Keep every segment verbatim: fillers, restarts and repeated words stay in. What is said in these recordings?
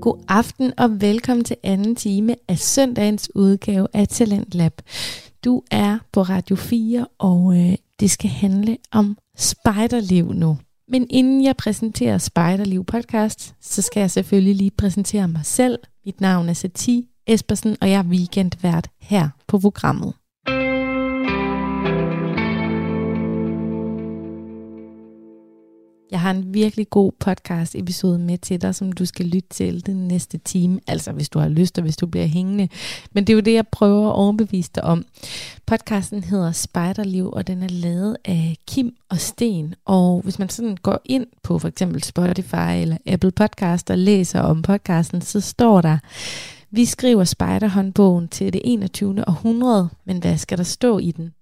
God aften og velkommen til anden time af søndagens udgave af Talentlab. Du er på Radio fire, og øh, det skal handle om spejderliv nu. Men inden jeg præsenterer Spejderliv podcast, så skal jeg selvfølgelig lige præsentere mig selv. Mit navn er Satie Espersen, og jeg er weekendvært her på programmet. Jeg har en virkelig god podcast episode med til dig, som du skal lytte til den næste time. Altså hvis du har lyst, og hvis du bliver hængende. Men det er jo det, jeg prøver at overbevise dig om. Podcasten hedder Spejderliv, og den er lavet af Kim og Sten. Og hvis man sådan går ind på for eksempel Spotify eller Apple Podcast og læser om podcasten, så står der: vi skriver spejderhåndbogen til det enogtyvende århundrede, men hvad skal der stå i den?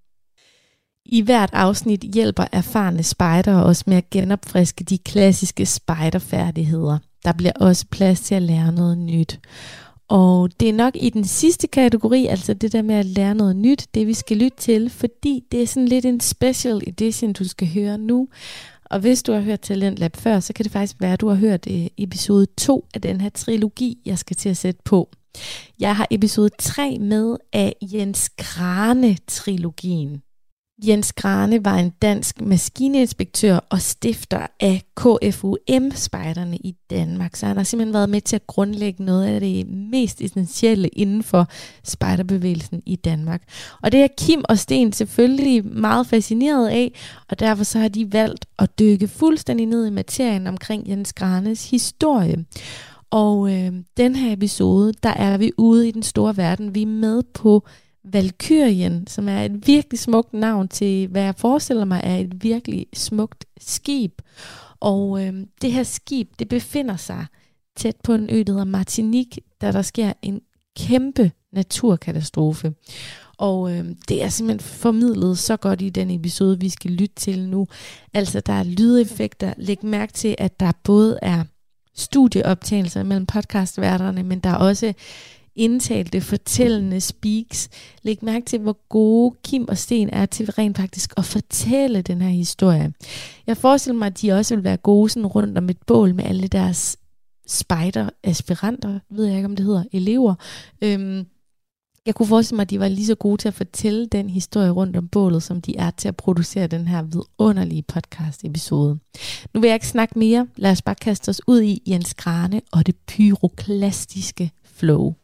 I hvert afsnit hjælper erfarne spejdere os med at genopfriske de klassiske spejderfærdigheder. Der bliver også plads til at lære noget nyt. Og det er nok i den sidste kategori, altså det der med at lære noget nyt, det vi skal lytte til, fordi det er sådan lidt en special edition, du skal høre nu. Og hvis du har hørt Talentlab før, så kan det faktisk være, at du har hørt episode to af den her trilogi, jeg skal til at sætte på. Jeg har episode tre med af Jens Grane-trilogien. Jens Grane var en dansk maskininspektør og stifter af K F U M-spejderne i Danmark. Så han har simpelthen været med til at grundlægge noget af det mest essentielle inden for spejderbevægelsen i Danmark. Og det er Kim og Sten selvfølgelig meget fascineret af, og derfor så har de valgt at dykke fuldstændig ned i materien omkring Jens Granes historie. Og øh, den her episode, der er vi ude i den store verden. Vi er med på Valkyrien, som er et virkelig smukt navn til, hvad jeg forestiller mig er et virkelig smukt skib. Og øh, det her skib, det befinder sig tæt på en ø, der hedder Martinique, da der sker en kæmpe naturkatastrofe. Og øh, det er simpelthen formidlet så godt i den episode, vi skal lytte til nu. Altså, der er lydeffekter. Læg mærke til, at der både er studieoptagelser mellem podcastværterne, men der er også indtalte, fortællende speaks. Læg mærke til, hvor gode Kim og Sten er til rent faktisk at fortælle den her historie. Jeg forestiller mig, at de også vil være gode sådan rundt om et bål med alle deres spejder-aspiranter, ved jeg ikke, om det hedder, elever. Øhm, jeg kunne forestille mig, at de var lige så gode til at fortælle den historie rundt om bålet, som de er til at producere den her vidunderlige podcast-episode. Nu vil jeg ikke snakke mere. Lad os bare kaste os ud i Jens Grane og det pyroklastiske flow.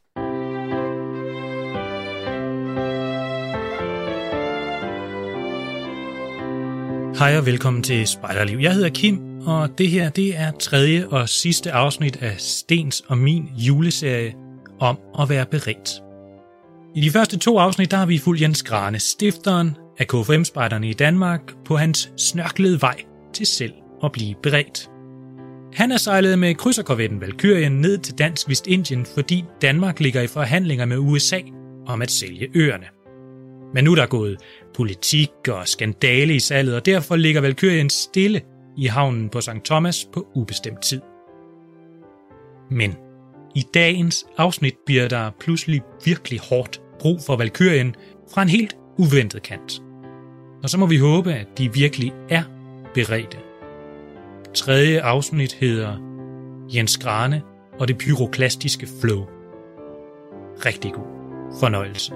Hej og velkommen til Spejderliv. Jeg hedder Kim, og det her det er tredje og sidste afsnit af Stens og min juleserie om at være beredt. I de første to afsnit der har vi fulgt Jens Grane, stifteren af K F U M-spejderne i Danmark, på hans snørklede vej til selv at blive beredt. Han er sejlet med krydserkorvetten Valkyrien ned til Dansk Vestindien, fordi Danmark ligger i forhandlinger med U S A om at sælge øerne. Men nu er der gået politik og skandale i salget, og derfor ligger Valkyrien stille i havnen på Sankt Thomas på ubestemt tid. Men i dagens afsnit bliver der pludselig virkelig hårdt brug for Valkyrien fra en helt uventet kant. Og så må vi håbe, at de virkelig er beredte. Tredje afsnit hedder Jens Grane og det pyroklastiske flow. Rigtig god fornøjelse.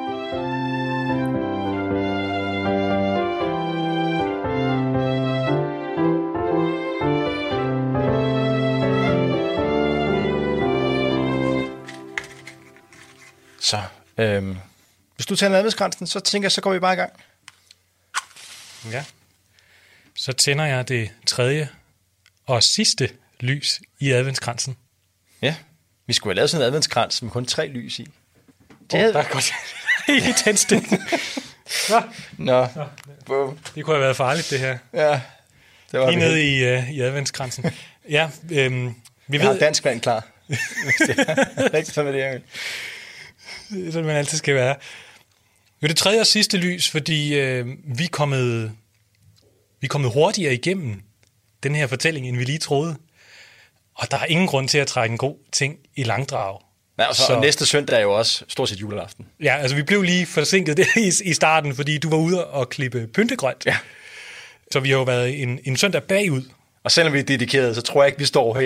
Så, øhm, hvis du tænder adventskransen, så tænker jeg, så går vi bare i gang. Ja, så tænder jeg det tredje og sidste lys i adventskransen. Ja, vi skulle have lavet sådan en adventskrans med kun tre lys i. Det oh, havde... Der er godt helt tændstik. Nå, Nå. Nå. Det kunne have været farligt, det her. Ja, det var lige nede i, uh, i adventskransen. Ja, øhm, vi jeg ved... har dansk vand klar. Det er rigtig sådan, det er. Det er sådan, man altid skal være. Det er det tredje og sidste lys, fordi øh, vi, er kommet, vi er kommet hurtigere igennem den her fortælling, end vi lige troede. Og der er ingen grund til at trække en god ting i langdrag. Ja, og, så, så, og næste søndag er jo også stort set juleaften. Ja, altså vi blev lige forsinket der i, i starten, fordi du var ude og klippe pyntegrønt. Ja. Så vi har jo været en, en søndag bagud. Og selvom vi er dedikerede, så tror jeg ikke, vi står her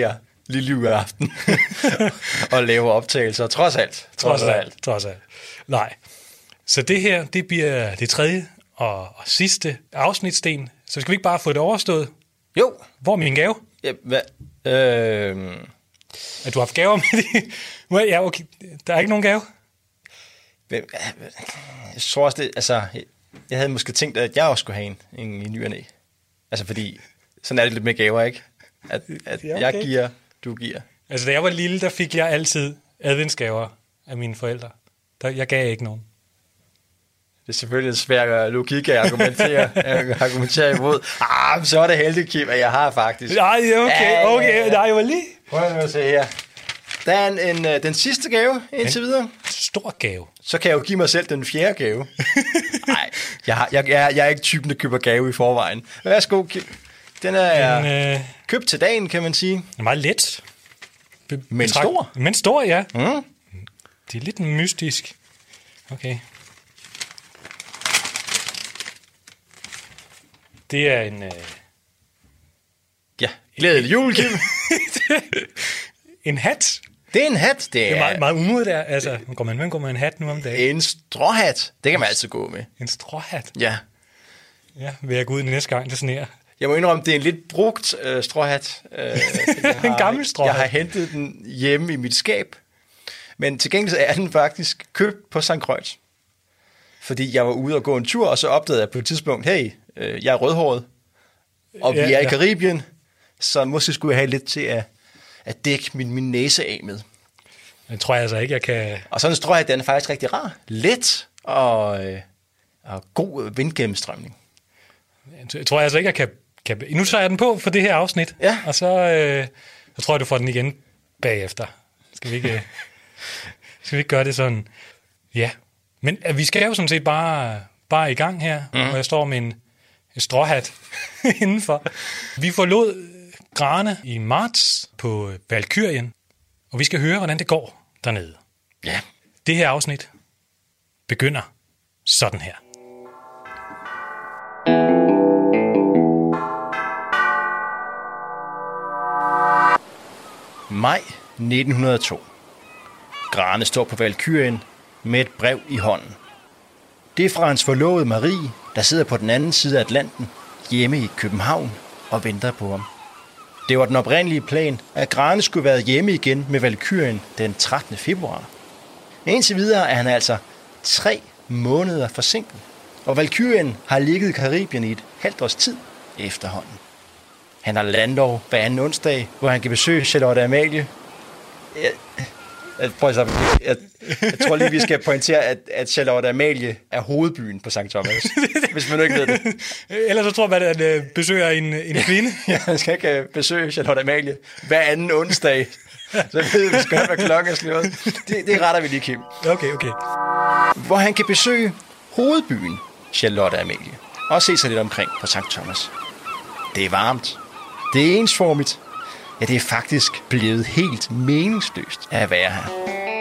lille juleaften og lave optagelser, trods alt. Trods, trods alt. alt. Trods alt. Nej. Så det her, det bliver det tredje og, og sidste afsnit, Sten. Så skal vi ikke bare få det overstået? Jo. Hvor er min gave? Ja, hvad? Øh... At du har haft gaver med det? Ja, okay. Der er ikke nogen gave? Jeg tror også det, altså, jeg havde måske tænkt, at jeg også skulle have en, en i ny og næ. Altså, fordi sådan er det lidt med gaver, ikke? At, at ja, okay. Jeg giver, du giver. Altså, da jeg var lille, der fik jeg altid adventsgaver af mine forældre. Der, jeg gav ikke nogen. Det er selvfølgelig svært logik at argumentere, at argumentere imod. Ah, så er det heldigt, Kim, at jeg har faktisk. Nej, okay, okay. Nej, jeg var lige. Prøv at se her. Der er en, en, den sidste gave indtil videre. Stor gave. Så kan jeg jo give mig selv den fjerde gave. Nej, jeg, jeg, jeg, jeg er ikke typen, der køber gave i forvejen. Værsgo, Kim. Den er en, øh... købt til dagen, kan man sige. Den er meget let. Be- Men betragt... stor. Men stor, ja. Mm. Det er lidt mystisk. Okay. Det er en... Øh... Ja, glædelig jul, Kim. En hat. Det er en hat. Det er, det er meget, meget umodigt der. Altså, går man, man går med en hat nu om dagen? En stråhat. Det kan man altid gå med. En stråhat? Ja. Ja, vil jeg gå ud næste gang, det sneer. Jeg må indrømme, det er en lidt brugt øh, stråhat. Øh, har, en gammel stråhat. Jeg har hentet den hjemme i mit skab. Men til gengæld er den faktisk købt på Sankt Croix. Fordi jeg var ude og gå en tur, og så opdagede jeg på et tidspunkt, hey, øh, jeg er rødhåret, og ja, vi er i Karibien, ja. Så måske skulle jeg have lidt til at, at dække min, min næse af med. Det tror jeg altså ikke, jeg kan... Og sådan tror jeg, at den er faktisk rigtig rar. Let og, øh, og god vindgennemstrømning. Jeg tror jeg altså ikke, jeg kan... kan... Nu tager jeg den på for det her afsnit, ja. Og så, øh, så tror jeg, du får den igen bagefter. Skal vi ikke, skal vi ikke gøre det sådan? Ja. Men vi skal jo sådan set bare, bare i gang her, mm. og jeg står med en, en stråhat indenfor. Vi forlod Grane i marts på Valkyrien, og vi skal høre, hvordan det går dernede. Ja. Det her afsnit begynder sådan her. Maj nitten hundrede og to. Grane står på Valkyrien med et brev i hånden. Det er fra hans forlovede Marie, der sidder på den anden side af Atlanten, hjemme i København og venter på ham. Det var den oprindelige plan, at Grane skulle være hjemme igen med Valkyrien den trettende februar. Indtil videre er han altså tre måneder forsinket, og Valkyrien har ligget i Karibien i et halvt års tid efterhånden. Han har landår hver anden onsdag, hvor han kan besøge Charlotte Amalie. Jeg, jeg, prøv at, jeg, jeg tror lige, vi skal pointere, at, at Charlotte Amalie er hovedbyen på Sankt Thomas, hvis man nu ikke ved det. Ellers så tror man, at han besøger en, en kvinde. Ja, han skal ikke besøge Charlotte Amalie hver anden onsdag. Så ved vi, vi skal have, hvad klokken er slået. Det, det retter vi lige, Kim. Okay, okay. Hvor han kan besøge hovedbyen Charlotte Amalie og se sig lidt omkring på Sankt Thomas. Det er varmt. Det er ensformigt. Ja, det er faktisk blevet helt meningsløst at være her.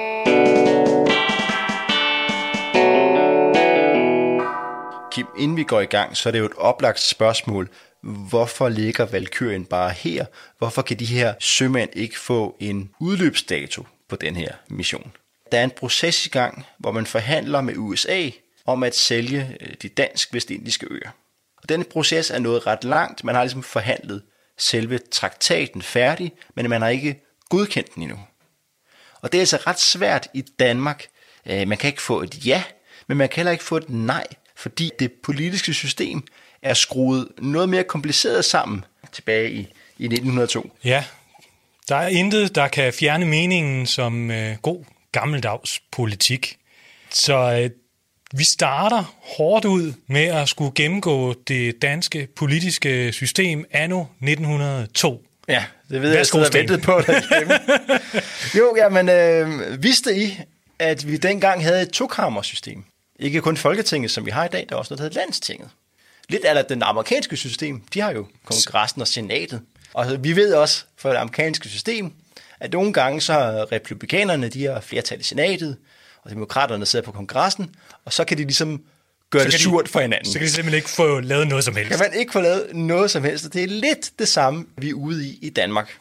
Kim, inden vi går i gang, så er det jo et oplagt spørgsmål. Hvorfor ligger Valkyrien bare her? Hvorfor kan de her sømænd ikke få en udløbsdato på den her mission? Der er en proces i gang, hvor man forhandler med U S A om at sælge de dansk-vestindiske øer. Og denne proces er nået ret langt. Man har ligesom forhandlet selve traktaten færdig, men man har ikke godkendt den endnu. Og det er altså ret svært i Danmark. Man kan ikke få et ja, men man kan heller ikke få et nej, fordi det politiske system er skruet noget mere kompliceret sammen tilbage i, i nitten hundrede og to. Ja, der er intet, der kan fjerne meningen som øh, god gammeldags politik. Så øh, vi starter hårdt ud med at skulle gennemgå det danske politiske system anno nitten hundrede og to. Ja, det ved jeg, jeg har ventet på derhjemme. Jo, jamen, øh, vidste I, at vi dengang havde et tokammersystem? Ikke kun Folketinget, som vi har i dag, der er også noget, der hedder Landstinget. Lidt af det amerikanske system, de har jo kongressen og senatet. Og vi ved også for det amerikanske system, at nogle gange så har republikanerne, de har flertal i senatet, og demokraterne sidder på kongressen, og så kan de ligesom gøre det surt de, for hinanden. Så kan de simpelthen ikke få lavet noget som helst. Kan man ikke få lavet noget som helst, og det er lidt det samme, vi er ude i i Danmark.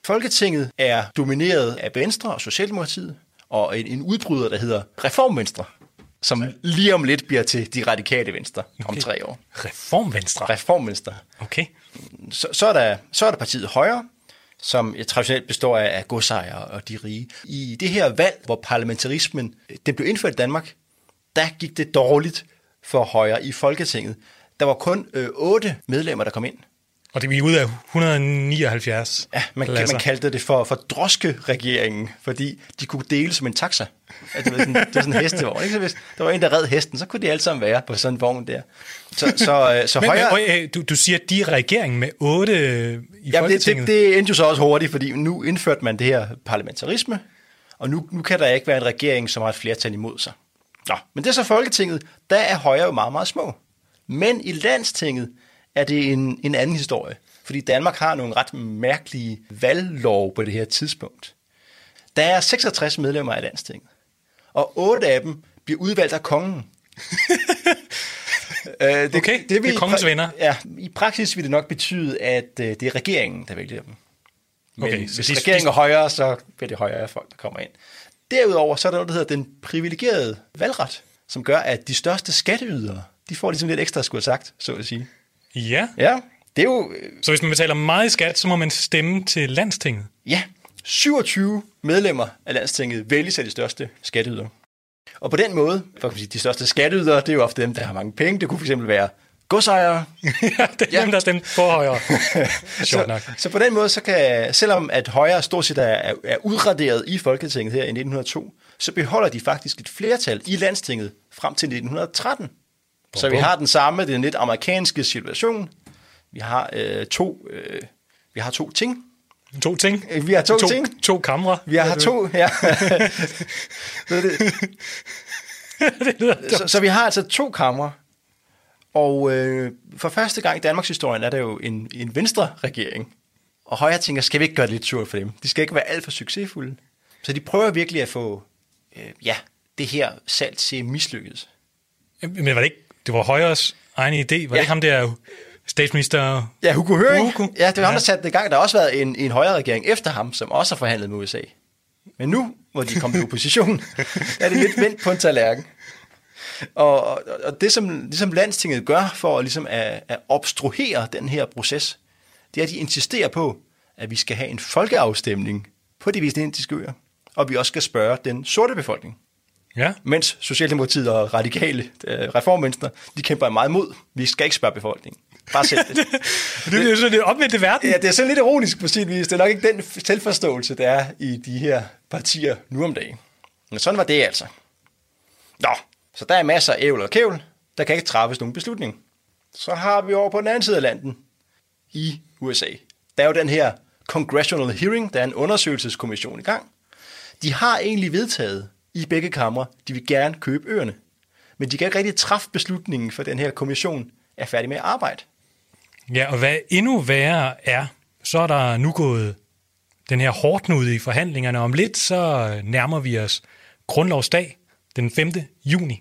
Folketinget er domineret af Venstre og Socialdemokratiet, og en, en udbryder, der hedder Reformvenstre, som lige om lidt bliver til de radikale venstre om okay. tre år. Reformvenstre? Reformvenstre. Okay. Så, så, er der, så er der partiet Højre, som traditionelt består af, af godsejere og de rige. I det her valg, hvor parlamentarismen den blev indført i Danmark, der gik det dårligt for Højre i Folketinget. Der var kun øh, otte medlemmer, der kom ind. Og det vi er ude af et hundrede og nioghalvfjerds. Ja, man, man kaldte det for, for droskeregeringen, fordi de kunne dele som en taxa. Altså, det, var sådan, det var sådan en hestevogn. Ikke? Så hvis der var en, der red hesten, så kunne de alle sammen være på sådan en vogn der. Så, så, så men, Højre... men, du, du siger, at de er regeringen med otte i Jamen, Folketinget. Det, det, det endte jo så også hurtigt, fordi nu indførte man det her parlamentarisme, og nu, nu kan der ikke være en regering, som har et flertal imod sig. Nå, men det er så Folketinget, der er Højre jo meget, meget små. Men i Landstinget er det en, en anden historie, fordi Danmark har nogle ret mærkelige valglov på det her tidspunkt. Der er seksogtres medlemmer af Landstinget, og otte af dem bliver udvalgt af kongen. det, okay, det, vil det er kongens venner. Ja, i praksis vil det nok betyde, at uh, det er regeringen, der vælger dem. Men okay, hvis de, regeringen er højere, så vil det højere folk, der kommer ind. Derudover så er der noget, der hedder den privilegerede valgret, som gør, at de største skatteydere, de får ligesom lidt ekstra, skulle have sagt, så at sige. Ja. Ja, det er jo... Så hvis man betaler meget i skat, så må man stemme til Landstinget? Ja, syvogtyve medlemmer af Landstinget vælges af de største skatteydere. Og på den måde, for at sige, de største skatteydere, det er jo ofte dem, der har mange penge. Det kunne fx være godsejere. Ja, det er ja. dem, der stemmer for Højre. Sjovt nok. Så, så på den måde, så kan, selvom at Højre stort set er, er udraderet i Folketinget her i nitten hundrede og to, så beholder de faktisk et flertal i Landstinget frem til nitten hundrede og tretten. Bum, så vi har den samme, den lidt amerikanske situation. Vi har øh, to, øh, vi har to ting. To ting? Vi har to, to ting. To kamre. Vi har to, ja. så, så vi har altså to kamre. Og øh, for første gang i Danmarks historie er der jo en, en venstre-regering. Og Højre tænker, skal vi ikke gøre det lidt surt for dem? De skal ikke være alt for succesfulde. Så de prøver virkelig at få øh, ja, det her salg til mislykket. Men var det ikke, det var Højres egen idé? Var ja. det ikke ham der statsminister? Ja, Hugo Høring. Hugo. Ja, det var ja. ham, der satte det i gang. Der har også været en, en Højre-regering efter ham, som også har forhandlet med U S A. Men nu, hvor de kom i opposition, er det lidt vendt på en tallerken. Og, og, og det, som, det, som Landstinget gør for ligesom at, at obstruere den her proces, det er, at de insisterer på, at vi skal have en folkeafstemning på de vestindiske øer, og vi også skal spørge den sorte befolkning. Ja. Mens Socialdemokratiet og radikale øh, reformvenstre, de kæmper meget mod. Vi skal ikke spørge befolkningen. Bare selv det. det er jo sådan lidt omvendt verden. Ja, det er sådan lidt ironisk på sin vis. Det er nok ikke den selvforståelse, der er i de her partier nu om dagen. Men sådan var det altså. Nå, så der er masser af ævl og kævl. Der kan ikke træffes nogen beslutning. Så har vi over på den anden side af landet i U S A. Der er jo den her Congressional Hearing. Der er en undersøgelseskommission i gang. De har egentlig vedtaget i begge kamre, de vil gerne købe øerne. Men de kan ikke rigtig træffe beslutningen, for den her kommission er færdig med at arbejde. Ja, og hvad endnu værre er, så er der nu gået den her hårdknude i forhandlingerne. Om lidt, så nærmer vi os grundlovsdag, den femte juni.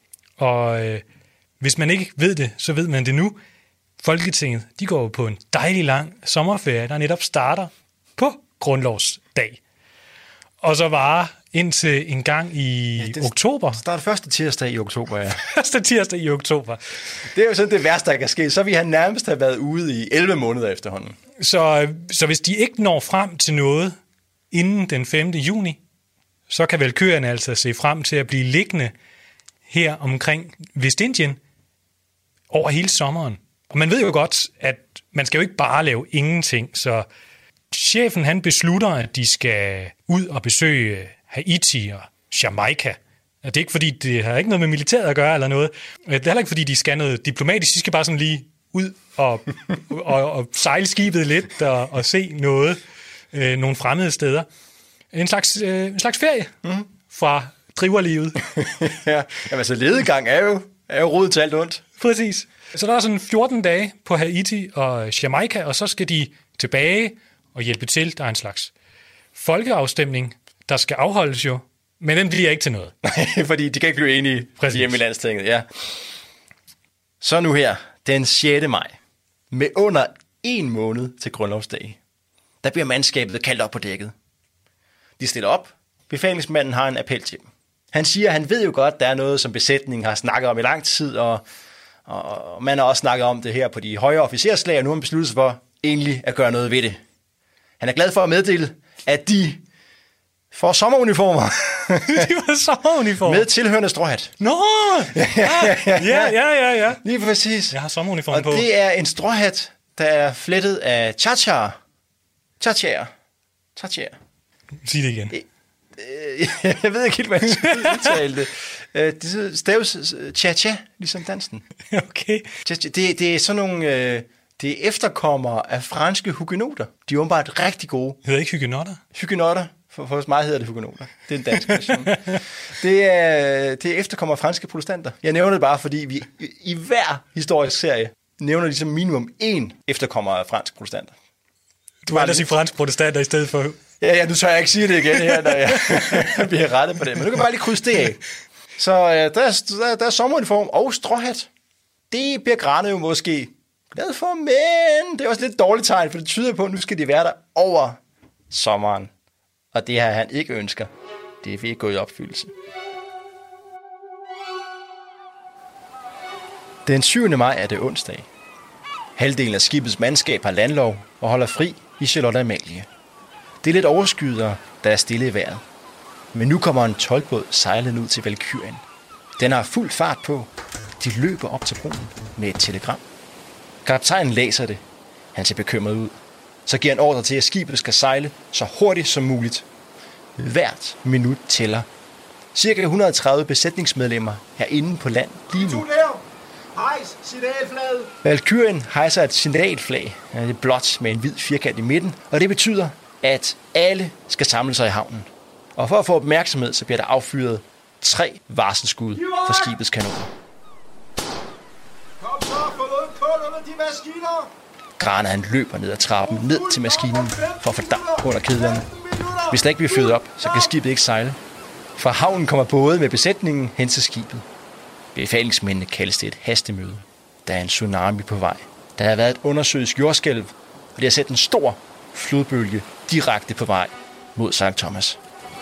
Og øh, hvis man ikke ved det, så ved man det nu. Folketinget, de går på en dejlig lang sommerferie, der netop starter på grundlovsdag. Og så varer indtil en gang i ja, det oktober. Starter første tirsdag i oktober, ja. Første tirsdag i oktober. Det er jo sådan det værste, der kan ske. Så vi har nærmest have været ude i elleve måneder efterhånden. Så, så hvis de ikke når frem til noget inden den femte juni, så kan vel køerne altså se frem til at blive liggende her omkring Vestindien over hele sommeren. Og man ved jo godt, at man skal jo ikke bare lave ingenting, så chefen han beslutter, at de skal ud og besøge Haiti og Jamaica. Det er ikke fordi, det har ikke noget med militæret at gøre eller noget. Det er heller ikke fordi, de skal noget diplomatisk. De skal bare sådan lige ud og, og, og sejle skibet lidt og, og se noget, øh, nogle fremmede steder. En slags, øh, en slags ferie mm-hmm. fra driverlivet. Ja, jamen, altså ledegang er jo, er jo rodet til alt ondt. Præcis. Så der er sådan fjorten dage på Haiti og Jamaica, og så skal de tilbage og hjælpe til. Der er en slags folkeafstemning, der skal afholdes jo, men den bliver ikke til noget. Fordi de kan ikke blive enige Præcis. Hjemme i Landstinget. Ja. Så nu her, den sjette maj, med under en måned til grundlovsdag, der bliver mandskabet kaldt op på dækket. De stiller op. Befalingsmanden har en appel til dem. Han siger, at han ved jo godt, at der er noget, som besætningen har snakket om i lang tid, og, og man har også snakket om det her på de højere officerslag, og nu har man besluttet sig for egentlig at gøre noget ved det. Han er glad for at meddele, at de får sommeruniformer. De var sommeruniformer? Med tilhørende stråhat. Nå! Ja, ja, ja, ja, ja. Lige præcis. Jeg har sommeruniform på. Og det er en stråhat, der er flettet af cha-cha. Cha-cha. Cha-cha. Sig det igen. Jeg ved ikke helt, hvad jeg skal udtale det. Det staves cha-cha, ligesom dansen. Okay. Det, det er sådan nogle... Det er efterkommere af franske hugenotter. De er åbenbart rigtig gode. Hedder ikke hugenotter? Hugenotter. For, for mig hedder det hugenotter. Det er en dansk version. det, er, det er efterkommere af franske protestanter. Jeg nævner det bare, fordi vi i, i hver historisk serie nævner ligesom minimum én efterkommer af franske protestanter. Du vil ellers sige franske protestanter i stedet for... Ja, ja, nu tør jeg ikke sige det igen her, når jeg bliver rettet på det. Men du kan bare lige krydse det af. Så øh, der, er, der, der er sommeruniform og stråhat. Det bliver Grane jo måske glad for, men det er også lidt dårligt tegn, for det tyder på, at nu skal de være der over sommeren. Og det her, han ikke ønsker, det er ved at gå i opfyldelse. Den syvende maj er det onsdag. Halvdelen af skibets mandskab har landlov og holder fri i Charlotte Amalie. Det er lidt overskyet, og der er stille i vejret. Men nu kommer en toldbåd sejlende ud til Valkyrien. Den har fuld fart på. De løber op til broen med et telegram. Kaptajnen læser det. Han ser bekymret ud. Så giver han ordre til, at skibet skal sejle så hurtigt som muligt. Hvert minut tæller. Cirka et hundrede og tredive besætningsmedlemmer er inde på land lige nu. Hejs, signalflaget! Valkyrien hejser et signalflag. Det er blåt med en hvid firkant i midten, og det betyder, at alle skal samle sig i havnen. Og for at få opmærksomhed, så bliver der affyret tre varselsskud fra skibets kanoner. Kom så, få noget kul under de maskiner! Grane han løber ned ad trappen, ned til maskinen for at få damp under kedlerne. Hvis der ikke bliver fyret op, så kan skibet ikke sejle. Fra havnen kommer både med besætningen hen til skibet. Befalingsmændene kaldes det et hastemøde. Der er en tsunami på vej. Der har været et undersøisk jordskælv, og det har sat en stor flodbølge direkte på vej mod Sankt Thomas.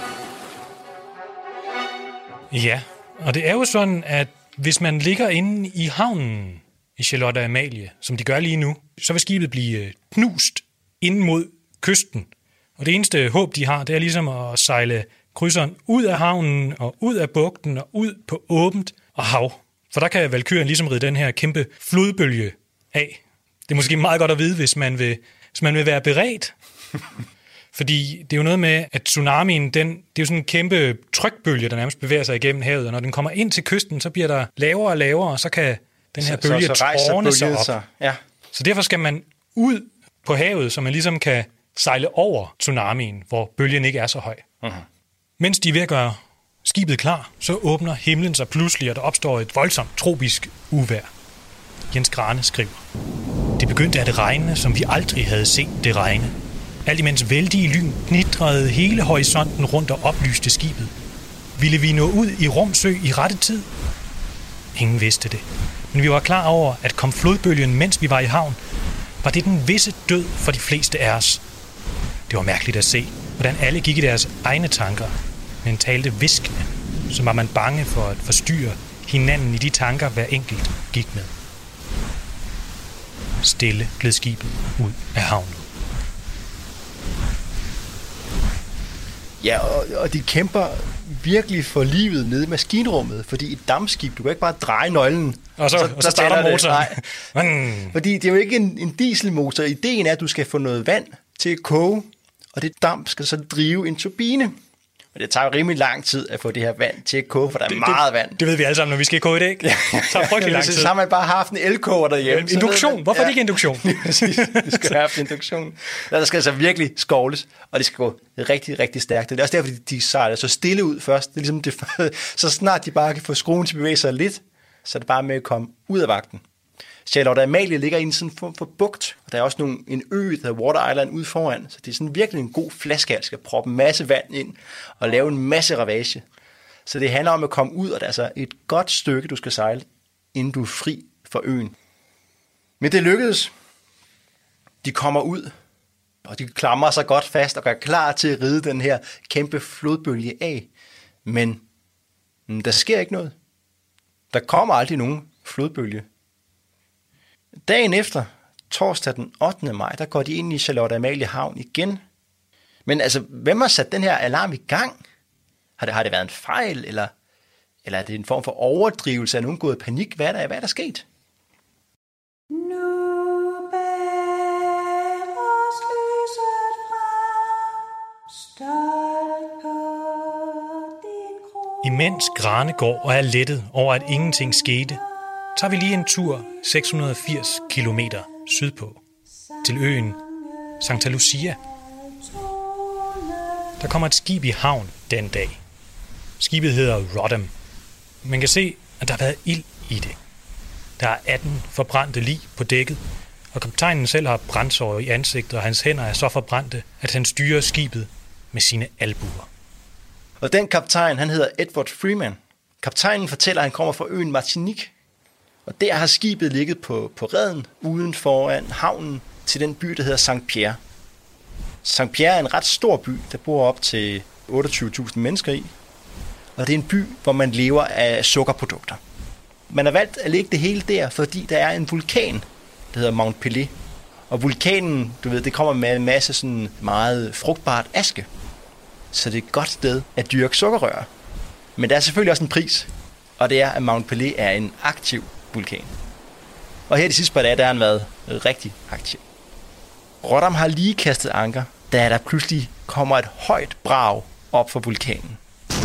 Ja, og det er jo sådan, at hvis man ligger inde i havnen i Charlotte Amalie, som de gør lige nu, så vil skibet blive knust ind mod kysten. Og det eneste håb, de har, det er ligesom at sejle krydseren ud af havnen og ud af bugten og ud på åbent og hav. For der kan Valkyrien ligesom ride den her kæmpe flodbølge af. Det er måske meget godt at vide, hvis man vil, hvis man vil være beredt. Fordi det er jo noget med, at tsunamien, den, det er jo sådan en kæmpe trykbølge, der nærmest bevæger sig igennem havet. Og når den kommer ind til kysten, så bliver der lavere og lavere, og så kan den her bølge så, så, så tårne sig op. Så, ja. Så derfor skal man ud på havet, så man ligesom kan sejle over tsunamien, hvor bølgen ikke er så høj. Uh-huh. Mens de er ved at gøre skibet klar, så åbner himlen sig pludselig, og der opstår et voldsomt tropisk uvejr. Jens Grane skriver: Det begyndte at regne, som vi aldrig havde set det regne. Alt imens vældige lyn knitrede hele horisonten rundt og oplyste skibet. Ville vi nå ud i Romsø i rette tid? Ingen vidste det. Men vi var klar over, at kom flodbølgen, mens vi var i havn, var det den visse død for de fleste af os. Det var mærkeligt at se, hvordan alle gik i deres egne tanker, men talte hviskende, som var man bange for at forstyrre hinanden i de tanker, hver enkelt gik med. Stille gled skibet ud af havnen. Ja, og, og de kæmper virkelig for livet nede i maskinrummet, fordi et dampskib, du kan ikke bare dreje nøglen, og så, så, og så starter motoren. Nej, fordi det er jo ikke en, en dieselmotor. Ideen er, at du skal få noget vand til at koge, og det damp skal så drive en turbine. Og det tager jo rimelig lang tid at få det her vand til at koge, for der er det, det, meget vand. Det ved vi alle sammen, når vi skal koge det, ikke? Det tager frygtelig lang tid. Så har man bare haft en elkoger derhjemme. Induktion? Hvorfor er det ikke induktion? Præcis, du skal have haft induktion. Der skal altså virkelig skovles, og det skal gå rigtig, rigtig stærkt. Det er også derfor, de sejler så stille ud først. Det er ligesom det, så snart de bare kan få skruen til at bevæge sig lidt, så er det bare med at komme ud af vagten. Charlotte Amalie ligger i en sådan form for bugt, og der er også nogle, en ø, der hedder Water Island, ude foran. Så det er sådan virkelig en god flaske, der skal proppe en masse vand ind og lave en masse ravage. Så det handler om at komme ud, og det er altså et godt stykke, du skal sejle, inden du er fri for øen. Men det lykkedes. De kommer ud, Og de klamrer sig godt fast og gør klar til at ride den her kæmpe flodbølge af. Men mm, der sker ikke noget. Der kommer aldrig nogen flodbølge. Dagen efter, torsdag den ottende maj, der går de ind i Charlotte Amalie Havn igen. Men altså, hvem har sat den her alarm i gang? Har det, har det været en fejl, eller, eller er det en form for overdrivelse af en undgået panik? Hvad er der, hvad er der sket? Imens Grane går og er lettet over, at ingenting skete, tager vi lige en tur seks hundrede og firs kilometer sydpå, til øen Santa Lucia. Der kommer et skib i havn den dag. Skibet hedder Rotterdam. Man kan se, at der har været ild i det. Der er atten forbrændte lig på dækket, og kaptajnen selv har brændsår i ansigtet, og hans hænder er så forbrændte, at han styrer skibet med sine albuer. Og den kaptajn, han hedder Edward Freeman. Kaptajnen fortæller, at han kommer fra øen Martinique. Og der har skibet ligget på, på reden uden foran havnen til den by, der hedder Saint Pierre. Saint Pierre er en ret stor by, der bor op til otteogtyve tusind mennesker i. Og det er en by, hvor man lever af sukkerprodukter. Man har valgt at lægge det hele der, fordi der er en vulkan, der hedder Mont Pelé. Og vulkanen, du ved, det kommer med en masse sådan meget frugtbart aske. Så det er et godt sted at dyrke sukkerrør. Men der er selvfølgelig også en pris, og det er, at Mont Pelé er en aktiv vulkan. Og her de sidste par dage, der har han været rigtig aktiv. Rotterdam har lige kastet anker, da der pludselig kommer et højt brag op for vulkanen.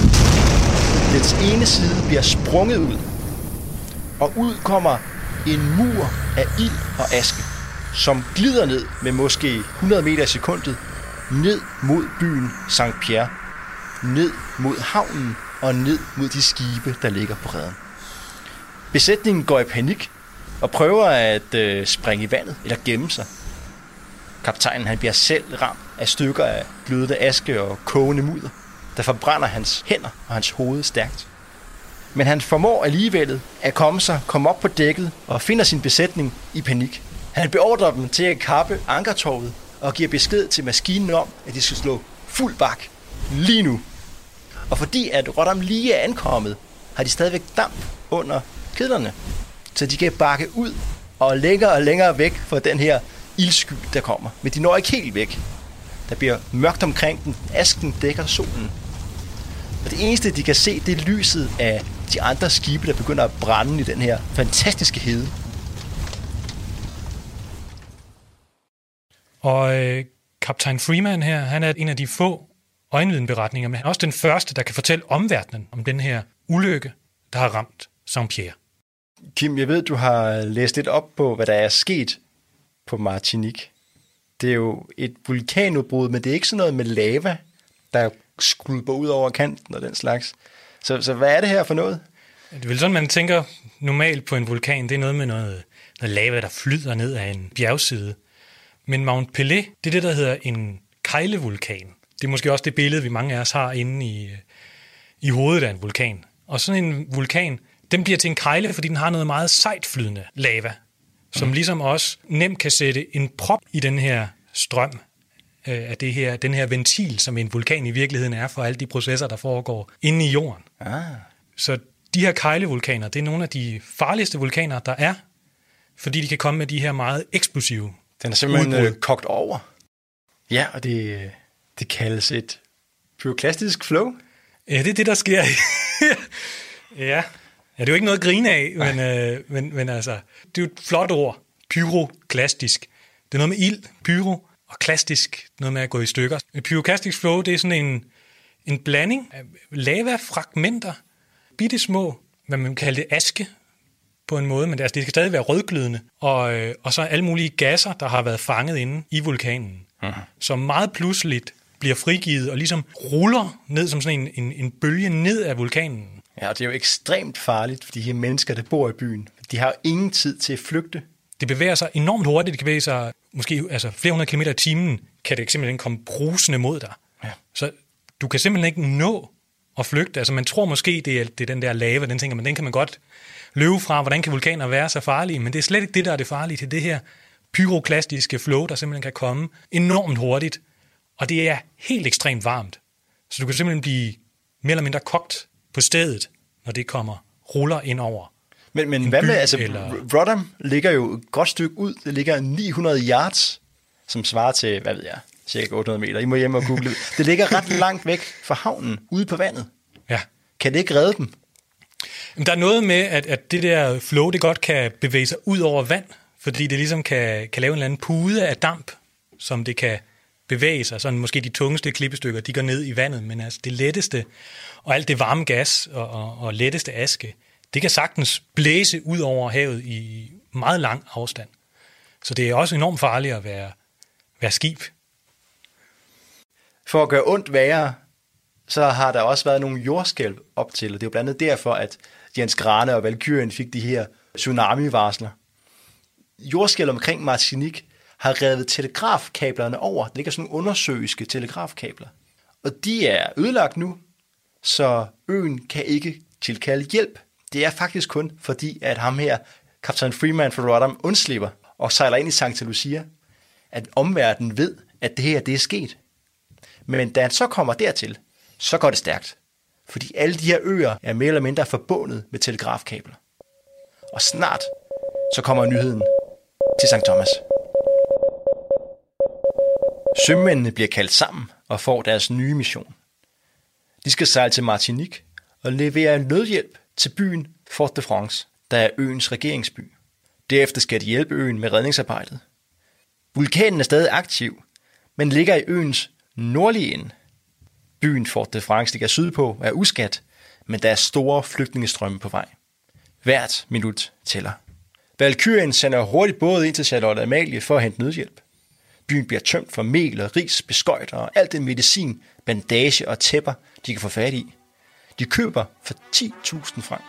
Dets ene side bliver sprunget ud, og ud kommer en mur af ild og aske, som glider ned med måske hundrede meter i sekundet, ned mod byen Saint Pierre, ned mod havnen og ned mod de skibe, der ligger på reden. Besætningen går i panik og prøver at øh, springe i vandet eller gemme sig. Kaptajnen han bliver selv ramt af stykker af glødende aske og kogende mudder, der forbrænder hans hænder og hans hoved stærkt. Men han formår alligevel at komme sig, komme op på dækket og finder sin besætning i panik. Han beordrer dem til at kappe ankertorvet og giver besked til maskinen om, at de skal slå fuld bak lige nu. Og fordi at Rotterdam lige er ankommet, har de stadigvæk damp under kedlerne, så de kan bakke ud og længere og længere væk fra den her ildsky, der kommer. Men de når ikke helt væk. Der bliver mørkt omkring den. Asken dækker solen. Og det eneste, de kan se, det er lyset af de andre skibe, der begynder at brænde i den her fantastiske hede. Og øh, kaptajn Freeman her, han er en af de få øjenvidenberetninger, men han er også den første, der kan fortælle omverdenen om den her ulykke, der har ramt Saint Pierre. Kim, jeg ved, du har læst lidt op på, hvad der er sket på Martinique. Det er jo et vulkanudbrud, men det er ikke sådan noget med lava, der skvulper ud over kanten og den slags. Så, så hvad er det her for noget? Det er vel sådan, man tænker normalt på en vulkan. Det er noget med noget, noget lava, der flyder ned af en bjergside. Men Mont Pelé, det er det, der hedder en keglevulkan. Det er måske også det billede, vi mange af os har inde i, i hovedet af en vulkan. Og sådan en vulkan, den bliver til en kegle, fordi den har noget meget sejtflydende lava, som mm. ligesom også nemt kan sætte en prop i den her strøm øh, af det her, den her ventil, som en vulkan i virkeligheden er for alle de processer, der foregår inde i jorden. Ah. Så de her keglevulkaner, det er nogle af de farligste vulkaner, der er, fordi de kan komme med de her meget eksplosive Den er simpelthen udbrud. øh, kogt over. Ja, og det, det kaldes et pyroklastisk flow. Ja, det er det, der sker. ja. ja, det er jo ikke noget at grine af, men, øh, men, men altså, det er jo et flot ord. Pyroklastisk. Det er noget med ild, pyro, og klastisk, noget med at gå i stykker. Et pyroklastisk flow, det er sådan en, en blanding af lavafragmenter, bitte små, hvad man kan kalde det, aske, på en måde, men det, altså, det skal stadig være rødglødende, og, øh, og så alle mulige gasser, der har været fanget inde i vulkanen, uh-huh. som meget pludseligt bliver frigivet og ligesom ruller ned som sådan en, en, en bølge ned af vulkanen. Ja, og det er jo ekstremt farligt for de her mennesker, der bor i byen. De har jo ingen tid til at flygte. Det bevæger sig enormt hurtigt. Det kan bevæge sig måske altså flere hundrede kilometer i timen, kan det simpelthen komme brusende mod dig. Ja. Så du kan simpelthen ikke nå at flygte. Altså man tror måske, det er, det er den der lava, den tænker man, den kan man godt løbe fra. Hvordan kan vulkaner være så farlige? Men det er slet ikke det, der er det farlige til det her pyroklastiske flow, der simpelthen kan komme enormt hurtigt, og det er helt ekstremt varmt. Så du kan simpelthen blive mere eller mindre kogt på stedet, når det kommer ruller ind over. Men, men hvad med, altså, eller... Rodham ligger jo et godt stykke ud. Det ligger ni hundrede yards, som svarer til, hvad ved jeg, cirka otte hundrede meter. I må hjem og google. Det ligger ret langt væk fra havnen, ude på vandet. Ja. Kan det ikke redde dem? Der er noget med, at, at det der flow, det godt kan bevæge sig ud over vand, fordi det ligesom kan, kan lave en eller anden pude af damp, som det kan bevæge sig. Sådan måske de tungeste klippestykker, de går ned i vandet, men altså det letteste, og alt det varme gas og, og, og letteste aske, det kan sagtens blæse ud over havet i meget lang afstand. Så det er også enormt farligt at være, være skib. For at gøre ondt værre, så har der også været nogle jordskælv op til, og det er jo blandt andet derfor, at Jens Grane og Valkyrien fik de her tsunami-varsler. Jordskælv omkring Martinique har revet telegrafkablerne over. Det ligger sådan nogle undersøiske telegrafkabler. Og de er ødelagt nu, så øen kan ikke tilkalde hjælp. Det er faktisk kun fordi, at ham her, kaptajn Freeman fra Rodham, undslipper og sejler ind i Santa Lucia, at omverdenen ved, at det her det er sket. Men da han så kommer dertil, så går det stærkt. Fordi alle de her øer er mere eller mindre forbundet med telegrafkabler. Og snart så kommer nyheden til Sankt Thomas. Sømændene bliver kaldt sammen og får deres nye mission. De skal sejle til Martinique og levere nødhjælp til byen Fort-de-France, der er øens regeringsby. Derefter skal de hjælpe øen med redningsarbejdet. Vulkanen er stadig aktiv, men ligger i øens nordlige ende. Byen Fort-de-France ligger sydpå og er uskat, men der er store flygtningestrømme på vej. Hvert minut tæller. Valkyrien sender hurtigt båd ind til Charlotte Amalie for at hente nødhjælp. Byen bliver tømt for mel og ris, beskøjter og alt den medicin, bandage og tæpper, de kan få fat i. De køber for ti tusind frank.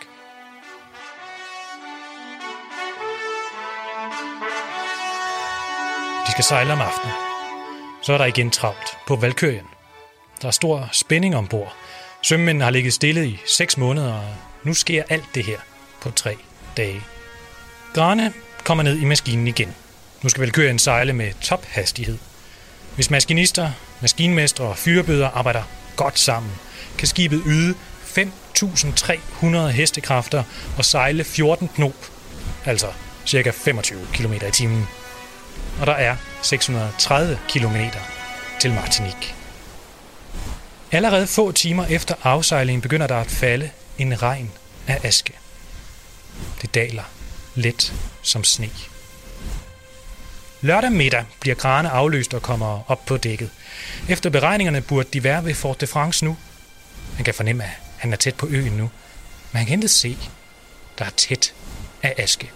De skal sejle om aftenen. Så er der igen travlt på Valkyrien. Der er stor spænding ombord. Sømændene har ligget stille i seks måneder, og nu sker alt det her på tre dage. Grane kommer ned i maskinen igen. Nu skal Valkyrien sejle med tophastighed. Hvis maskinister, maskinmestre og fyrbøder arbejder godt sammen, kan skibet yde fem tusind tre hundrede hestekræfter og sejle fjorten knop, altså cirka femogtyve kilometer i timen. Og der er seks hundrede og tredive kilometer til Martinique. Allerede få timer efter afsejlingen begynder der at falde en regn af aske. Det daler let som sne. Lørdag middag bliver Grane afløst og kommer op på dækket. Efter beregningerne burde de være ved Fort-de-France nu. Han kan fornemme, at han er tæt på øen nu, men han kan ikke se, der er tæt af aske.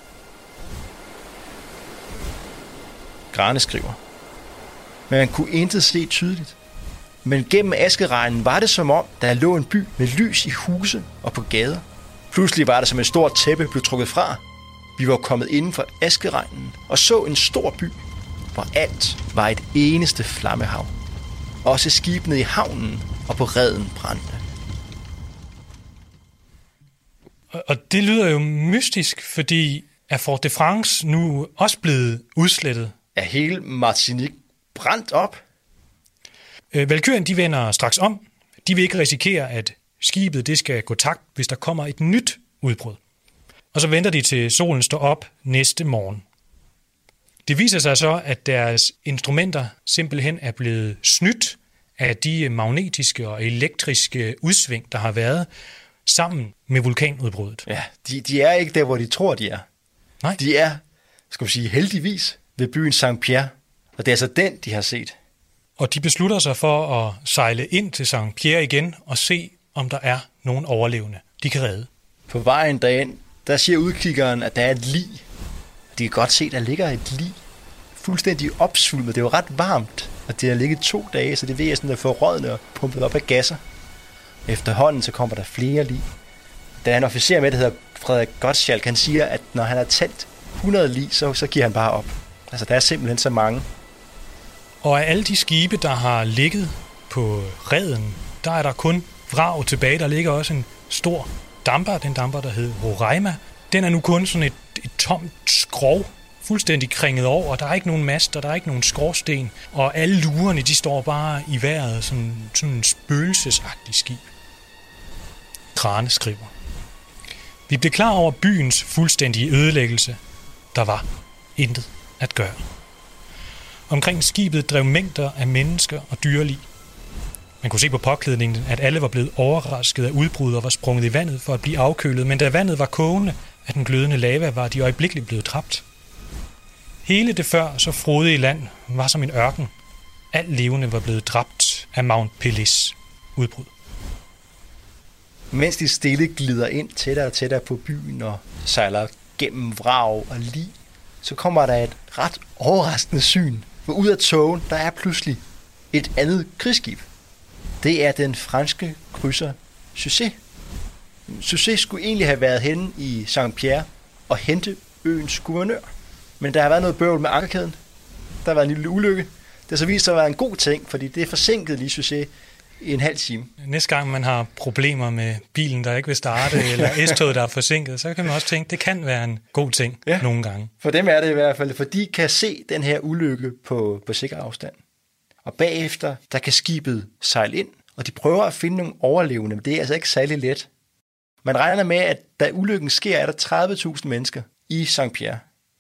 Grane skriver. Men man kunne intet se tydeligt. Men gennem askeregnen var det som om, der lå en by med lys i huse og på gader. Pludselig var det som et stort tæppe blev trukket fra. Vi var kommet inden for askeregnen og så en stor by, hvor alt var et eneste flammehav. Også skibene i havnen og på reden brændte. Og det lyder jo mystisk, fordi er Fort-de-France nu også blevet udslettet? Er hele Martinique brændt op? Valkyrien, de vender straks om. De vil ikke risikere, at skibet det skal gå tabt, hvis der kommer et nyt udbrud. Og så venter de til solen står op næste morgen. Det viser sig så, at deres instrumenter simpelthen er blevet snydt af de magnetiske og elektriske udsving, der har været sammen med vulkanudbruddet. Ja, de, de er ikke der, hvor de tror, de er. Nej. De er, skal vi sige, heldigvis ved byen Saint-Pierre, og det er altså den, de har set. Og de beslutter sig for at sejle ind til Saint-Pierre igen og se, om der er nogen overlevende, de kan redde. På vejen derind, der siger udkiggeren, at der er et lig. De kan godt se, at der ligger et lig. Fuldstændig opsvulmet. Det er jo ret varmt, og det har ligget to dage, så det ved jeg sådan, at forrådne og pumpet op af gasser. Efterhånden så kommer der flere lig. Der er en officer med, der hedder Frederik Gottschalk. Han siger, at når han har talt hundrede lig, så, så giver han bare op. Altså, der er simpelthen så mange. Og af alle de skibe, der har ligget på reden, der er der kun vrag tilbage. Der ligger også en stor damper, den damper, der hedder Roraima. Den er nu kun sådan et, et tomt skrov fuldstændig kringet over. Der er ikke nogen mast, og der er ikke nogen skorsten. Og alle lurerne, de står bare i vejret som sådan en spøgelsesagtig skib. Grane skriver: Vi blev klar over byens fuldstændige ødelæggelse. Der var intet at gøre. Omkring skibet drev mængder af mennesker og dyrelig. Man kunne se på påklædningen, at alle var blevet overrasket af udbrud og var sprunget i vandet for at blive afkølet, men da vandet var kogende af den glødende lava, var de øjeblikkeligt blevet dræbt. Hele det før så frodige land var som en ørken. Alt levende var blevet dræbt af Mount Pelis udbrud. Mens de stille glider ind tættere og tættere på byen og sejler gennem vrag og lig, så kommer der et ret overraskende syn. For ud af togen, der er pludselig et andet krigsskib. Det er den franske krydser Sucé. Sucé skulle egentlig have været henne i Saint-Pierre og hente øens guvernør. Men der har været noget bøvl med ankerkæden. Der har været en lille ulykke. Det har så vist sig at være en god ting, fordi det er forsinket lige Sucé i en halv time. Næste gang man har problemer med bilen, der ikke vil starte, eller S-toget, der er forsinket, så kan man også tænke, at det kan være en god ting ja. nogle gange. For dem er det i hvert fald, for de kan se den her ulykke på, på sikker afstand. Og bagefter, der kan skibet sejle ind, og de prøver at finde nogle overlevende, men det er altså ikke særlig let. Man regner med, at da ulykken sker, er der tredive tusind mennesker i Saint-Pierre.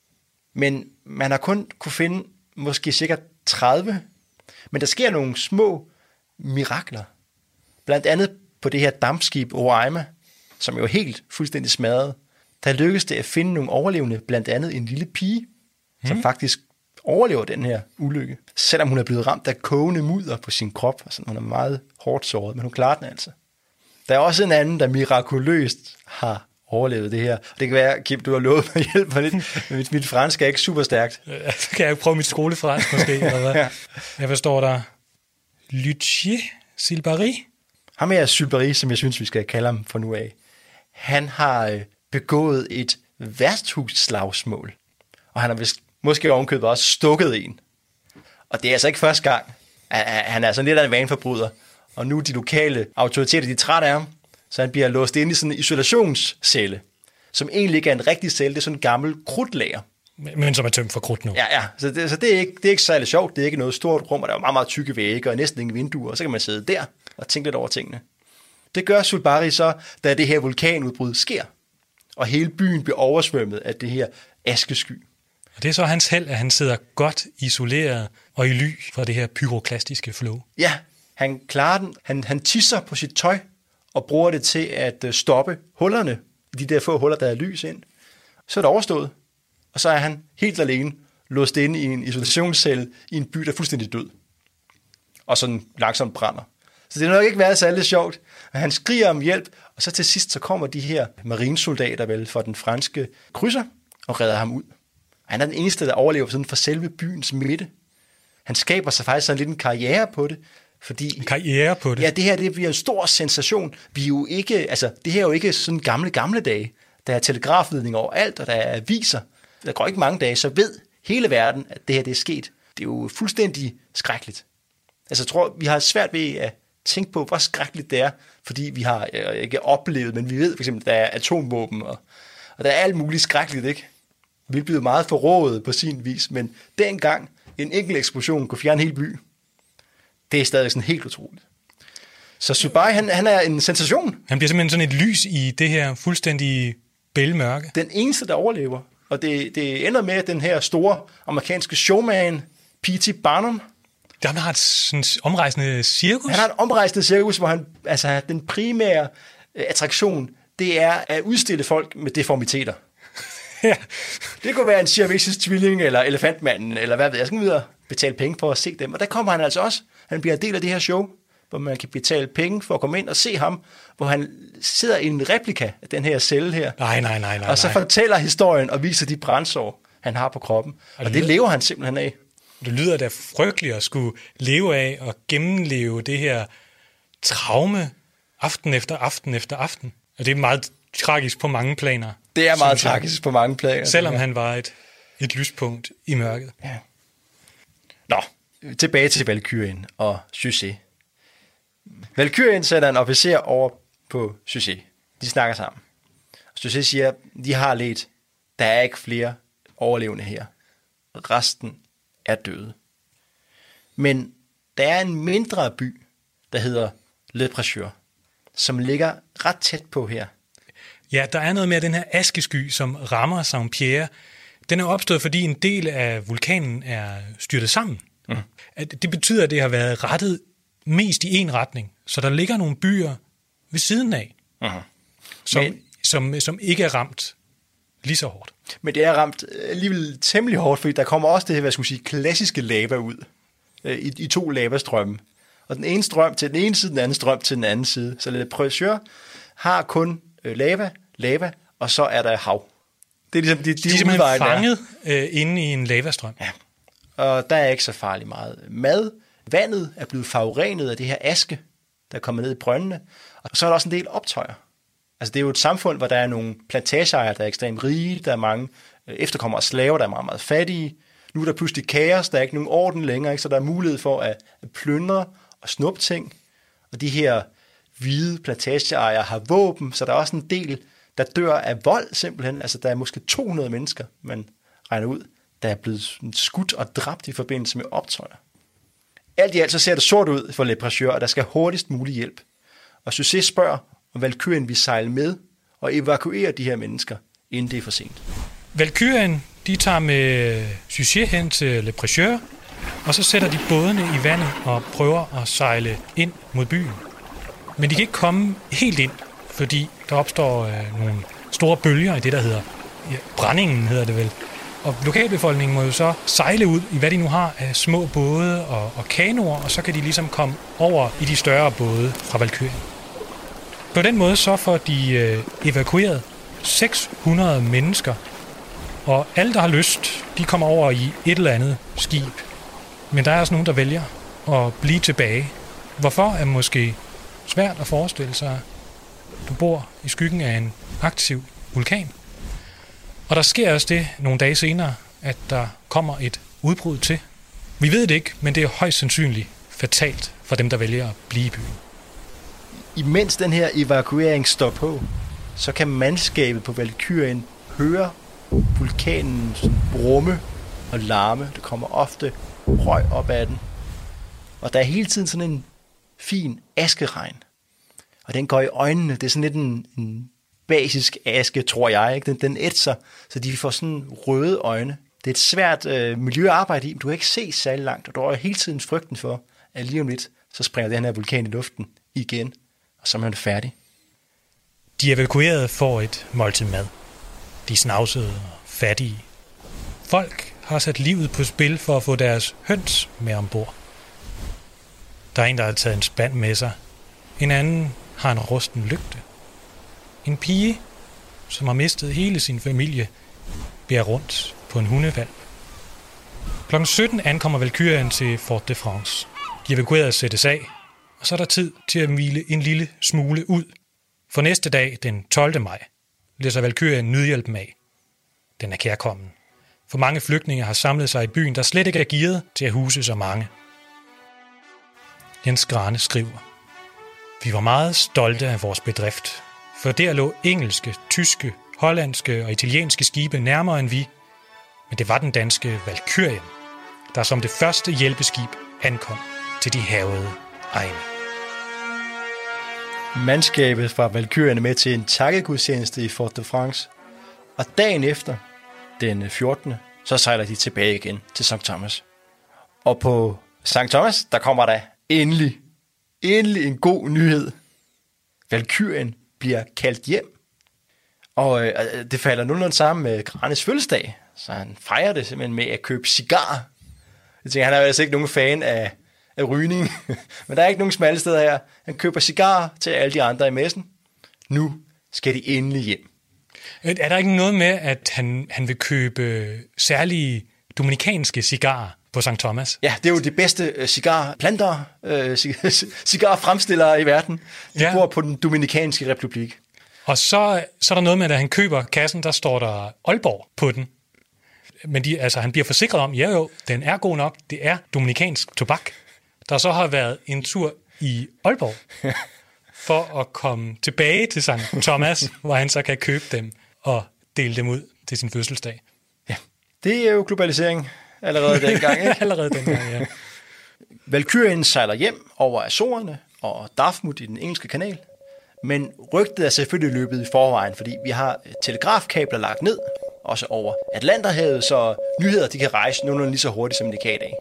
Men man har kun kunne finde måske cirka tredive, men der sker nogle små mirakler. Blandt andet på det her dampskib Roraima, som jo er helt fuldstændig smadret. Der lykkedes det at finde nogle overlevende, blandt andet en lille pige, mm. som faktisk overlever den her ulykke. Selvom hun er blevet ramt af kogende mudder på sin krop, altså hun er meget hårdt såret, men hun klarer den altså. Der er også en anden, der mirakuløst har overlevet det her. Og det kan være, Kim, du har lovet mig hjælp mig lidt, men mit, mit fransk er ikke super stærkt. Ja, så kan jeg prøve mit skolefransk måske, eller hvad? Ja. Jeg forstår der. Lucie Silbari? Ham er Silbari, som jeg synes, vi skal kalde ham for nu af. Han har begået et værtshusslagsmål, og han har vist måske ovenkøbet også stukket en. Og det er altså ikke første gang. Han er sådan lidt af en vaneforbryder, og nu de lokale autoriteter, de er trætte af ham, så han bliver låst inde i sådan en isolationscelle, som egentlig ikke er en rigtig celle, det er sådan en gammel krudtlager. Men som er tømt for krudt nu. Ja, ja. Så, det, så det, er ikke, det er ikke særlig sjovt, det er ikke noget stort rum, og der er meget, meget tykke vægge og næsten ingen vinduer, og så kan man sidde der og tænke lidt over tingene. Det gør Silbari så, da det her vulkanudbrud sker, og hele byen bliver oversvømmet af det her askesky. Og det er så hans held, at han sidder godt isoleret og i ly fra det her pyroklastiske flow. Ja, han klarer den. Han, han tisser på sit tøj og bruger det til at stoppe hullerne, de der få huller, der er lys ind. Så er det overstået, og så er han helt alene låst inde i en isolationscelle i en by, der er fuldstændig død. Og sådan langsomt brænder. Så det har nok ikke været særlig sjovt. Han skriger om hjælp, og så til sidst så kommer de her marinesoldater vel fra den franske krydser og redder ham ud. Han er den eneste, der overlever sådan fra selve byens midte. Han skaber sig faktisk sådan lidt en karriere på det, fordi en karriere på det. Ja, det her det bliver en stor sensation. Vi er jo ikke, altså det her er jo ikke sådan gamle gamle dage. Der er telegrafledninger overalt, og der er aviser. Der går ikke mange dage, så ved hele verden, at det her det er sket. Det er jo fuldstændig skrækkeligt. Altså jeg tror, vi har svært ved at tænke på, hvor skrækkeligt det er, fordi vi har ikke oplevet, men vi ved for eksempel, at der er atomvåben, og, og der er alt muligt skrækkeligt, ikke? Vi er blevet meget forrådet på sin vis, men dengang en enkelt eksplosion kunne fjerne en hel by, det er stadig sådan helt utroligt. Så Silbari, han, han er en sensation. Han bliver simpelthen sådan et lys i det her fuldstændig bælmørke. Den eneste, der overlever. Og det, det ender med, at den her store amerikanske showman, P T Barnum, der har et sådan omrejsende cirkus. Han har et omrejsende cirkus, hvor han, altså, den primære attraktion, det er at udstille folk med deformiteter. Ja. Det kunne være en siamesisk tvilling, eller elefantmanden, eller hvad ved jeg. Jeg skal ud og betale penge for at se dem. Og der kommer han altså også. Han bliver en del af det her show, hvor man kan betale penge for at komme ind og se ham, hvor han sidder i en replika af den her celle her. Nej, nej, nej, nej. Og så fortæller historien og viser de brændsår, han har på kroppen. Og, og det, det lever han simpelthen af. Det lyder da frygteligt at skulle leve af og gennemleve det her traume aften efter aften efter aften. Og det er meget tragisk på mange planer. Det er meget tragisk jeg. på mange planer. Selvom han var et, et lyspunkt i mørket. Ja. Nå, tilbage til Valkyrien og Sucé. Valkyrien sætter en officer over på Sucé. De snakker sammen. Og Sucé siger, de har let. Der er ikke flere overlevende her. Resten er døde. Men der er en mindre by, der hedder Le Prêcheur, som ligger ret tæt på her. Ja, der er noget med den her askesky, som rammer Saint-Pierre. Den er opstået, fordi en del af vulkanen er styrtet sammen. Mm. Det betyder, at det har været rettet mest i en retning. Så der ligger nogle byer ved siden af, mm. som, Men, som, som ikke er ramt lige så hårdt. Men det er ramt alligevel temmelig hårdt, fordi der kommer også det her, hvad skal man sige, klassiske lava ud i, i to lavastrømme. Og den ene strøm til den ene side, den anden strøm til den anden side. Så Le Prêcheur har kun lava, lava, og så er der hav. Det er ligesom de, de, de er simpelthen fanget øh, inde i en lavastrøm. Ja, og der er ikke så farligt meget mad. Vandet er blevet forurenet af det her aske, der er kommet ned i brøndene. Og så er der også en del optøjer. Altså det er jo et samfund, hvor der er nogle plantageejere, der er ekstremt rige, der er mange efterkommere af slaver, der er meget, meget fattige. Nu er der pludselig kaos, der er ikke nogen orden længere, ikke? Så der er mulighed for at plyndre og snuppe ting. Og de her hvide plantageejere har våben, så der er også en del, der dør af vold simpelthen. Altså der er måske to hundrede mennesker, man regner ud, der er blevet skudt og dræbt i forbindelse med optøjer. Alt i alt så ser det sort ud for Le Prêcheur, og der skal hurtigst mulig hjælp. Og Suchet spørger, om Valkyrien vil sejle med og evakuere de her mennesker, inden det er for sent. Valkyrien, de tager med Suchet hen til Le Prêcheur, og så sætter de bådene i vandet og prøver at sejle ind mod byen. Men de kan ikke komme helt ind, fordi der opstår øh, nogle store bølger i det, der hedder ja, brændingen, hedder det vel. Og lokalbefolkningen må jo så sejle ud i, hvad de nu har af små både og, og kanoer, og så kan de ligesom komme over i de større både fra Valkyrien. På den måde så får de øh, evakueret seks hundrede mennesker, og alle, der har lyst, de kommer over i et eller andet skib. Men der er også nogen, der vælger at blive tilbage. Hvorfor er måske svært at forestille sig. Du bor i skyggen af en aktiv vulkan. Og der sker også det nogle dage senere, at der kommer et udbrud til. Vi ved det ikke, men det er højst sandsynligt fatalt for dem, der vælger at blive i byen. Imens den her evakuering står på, så kan mandskabet på Valkyrien høre vulkanen brumme og larme. Det kommer ofte røg op af den. Og der er hele tiden sådan en fin askeregn. Og den går i øjnene. Det er sådan lidt en, en basisk aske, tror jeg. Ikke? Den, den ætser, så de får sådan røde øjne. Det er et svært øh, miljø at arbejde i, men du kan ikke se særlig langt. Og du har hele tiden frygten for, at lige om lidt, så springer den her vulkan i luften igen. Og så er man færdig. De evakuerede får et måltid mad. De er snavsede og fattige. Folk har sat livet på spil for at få deres høns med ombord. Der er en, der har taget en spand med sig. En anden har en rusten lygte. En pige, som har mistet hele sin familie, bærer rundt på en hundevalp. klokken sytten ankommer Valkyrien til Fort de France. De evakuerede sættes af, og så er der tid til at hvile en lille smule ud. For næste dag, den tolvte maj, læser Valkyrien nødhjælpen af. Den er kærkommen. For mange flygtninge har samlet sig i byen, der slet ikke er gearet til at huse så mange. Jens Grane skriver: Vi var meget stolte af vores bedrift, for der lå engelske, tyske, hollandske og italienske skibe nærmere end vi, men det var den danske Valkyrien, der som det første hjælpeskib ankom til de hærgede egne. Mandskabet fra Valkyrien er med til en takkegudstjeneste i Fort de France, og dagen efter, den fjortende, så sejler de tilbage igen til Sankt Thomas. Og på Sankt Thomas, der kommer der endelig, endelig en god nyhed. Valkyrien bliver kaldt hjem. Og øh, det falder nogenlunde sammen med Granes fødselsdag, så han fejrer det simpelthen med at købe cigarer. Jeg tænker, han er jo altså ikke nogen fan af, af rygning, men der er ikke nogen smalle steder her. Han køber cigarer til alle de andre i messen. Nu skal de endelig hjem. Er der ikke noget med, at han, han vil købe særlige dominikanske cigarer på Sankt Thomas? Ja, det er jo de bedste cigarplantere, øh, cigarfremstillere i verden. De ja. bor på den Dominikanske Republik. Og så, så er der noget med, at han køber kassen, der står der Aalborg på den. Men de, altså, han bliver forsikret om, ja jo, den er god nok, det er dominikansk tobak. Der så har været en tur i Aalborg for at komme tilbage til Sankt Thomas, hvor han så kan købe dem og dele dem ud til sin fødselsdag. Ja, det er jo globalisering. allerede dengang, ikke? allerede dengang, ja. Valkyrien sejler hjem over Azorerne og Dartmouth i den engelske kanal, men rygtet er selvfølgelig løbet i forvejen, fordi vi har telegrafkabler lagt ned, også over Atlanterhavet, så nyheder de kan rejse nogenlunde lige så hurtigt, som de kan i dag.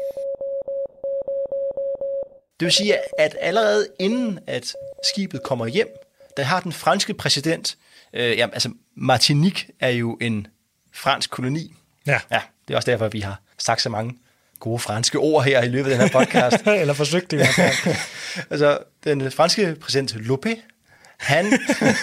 Det vil sige, at allerede inden at skibet kommer hjem, der har den franske præsident, øh, ja, altså Martinique er jo en fransk koloni. Ja. Ja, det er også derfor, vi har sagt så mange gode franske ord her i løbet af den her podcast. Eller forsøgt det i hvert fald. Altså, den franske præsident Lopé, han,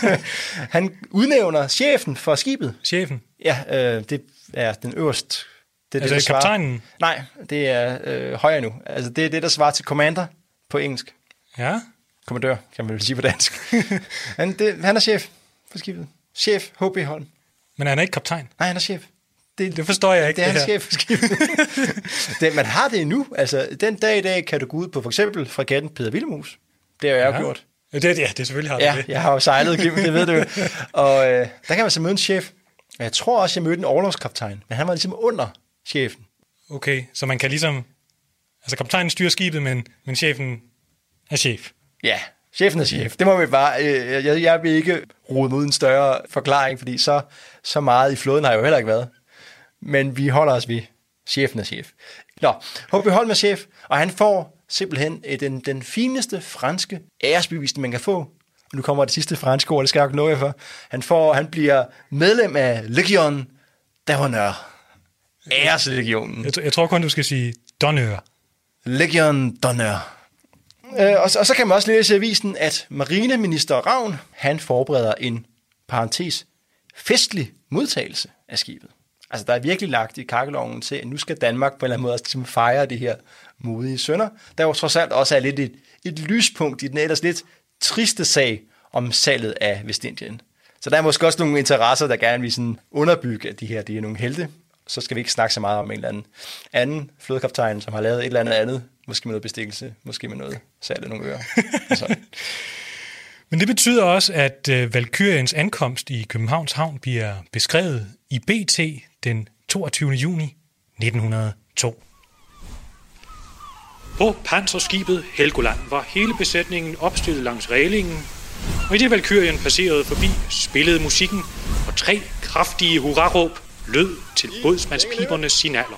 han udnævner chefen for skibet. Chefen? Ja, øh, det er den øverste. Det er altså det, kaptajnen? Nej, det er øh, højere nu. Altså, det er det, der svarer til commander på engelsk. Ja. Kommandør, kan man vel sige på dansk. han, det, han er chef for skibet. Chef H B Holm. Men han er ikke kaptajn? Nej, han er chef. Det, det forstår jeg ikke. Det er det han chef for skibet. det, man har det endnu. Altså, den dag i dag kan du gå ud på for eksempel fregatten Peder Willemoes. Det har jeg ja. jo gjort. Ja, det, ja, det selvfølgelig har ja, det. jeg har jo sejlet, Kim, det ved du. Og øh, der kan man så møde en chef. Jeg tror også, jeg mødte en overlovskaptajn, men han var ligesom under chefen. Okay, så man kan ligesom... Altså, kaptajnen styrer skibet, men, men chefen er chef. Ja, chefen er chef. Det må vi bare... Øh, jeg, jeg vil ikke rode mod en større forklaring, fordi så, så meget i flåden har jeg jo heller ikke været. Men vi holder os ved. Chefen er chef. Nå, H B Holm er chef, og han får simpelthen den, den fineste franske æresbevisning, man kan få. Og nu kommer det sidste franske ord, det skal jeg nok nå jer for. Han, får, han bliver medlem af Legion d'Honneur. Æreslegionen. Jeg, jeg tror kun, du skal sige d'Honneur. Legion d'Honneur. Øh, og, så, og så kan man også læse i avisen, at marineminister Ravn, han forbereder en, parentes, festlig modtagelse af skibet. Altså, der er virkelig lagt i kakkelovnen til, at nu skal Danmark på en eller anden måde også fejre det her modige sønner. Der jo trods alt også er lidt et, et lyspunkt i den ellers lidt triste sag om salget af Vestindien. Så der er måske også nogle interesser, der gerne vil sådan underbygge, at de her de er nogle helte. Så skal vi ikke snakke så meget om en eller anden anden flådekaptajn, som har lavet et eller andet andet. Måske med noget bestikkelse, måske med noget salg af nogle ører. Men det betyder også, at øh, Valkyriens ankomst i Københavns Havn bliver beskrevet i B T den toogtyvende juni nitten hundrede og to. På panserskibet Helgoland var hele besætningen opstillet langs reglingen, og i det Valkyrien passerede forbi, spillede musikken, og tre kraftige hurraråb lød til bådsmandspibernes signaler.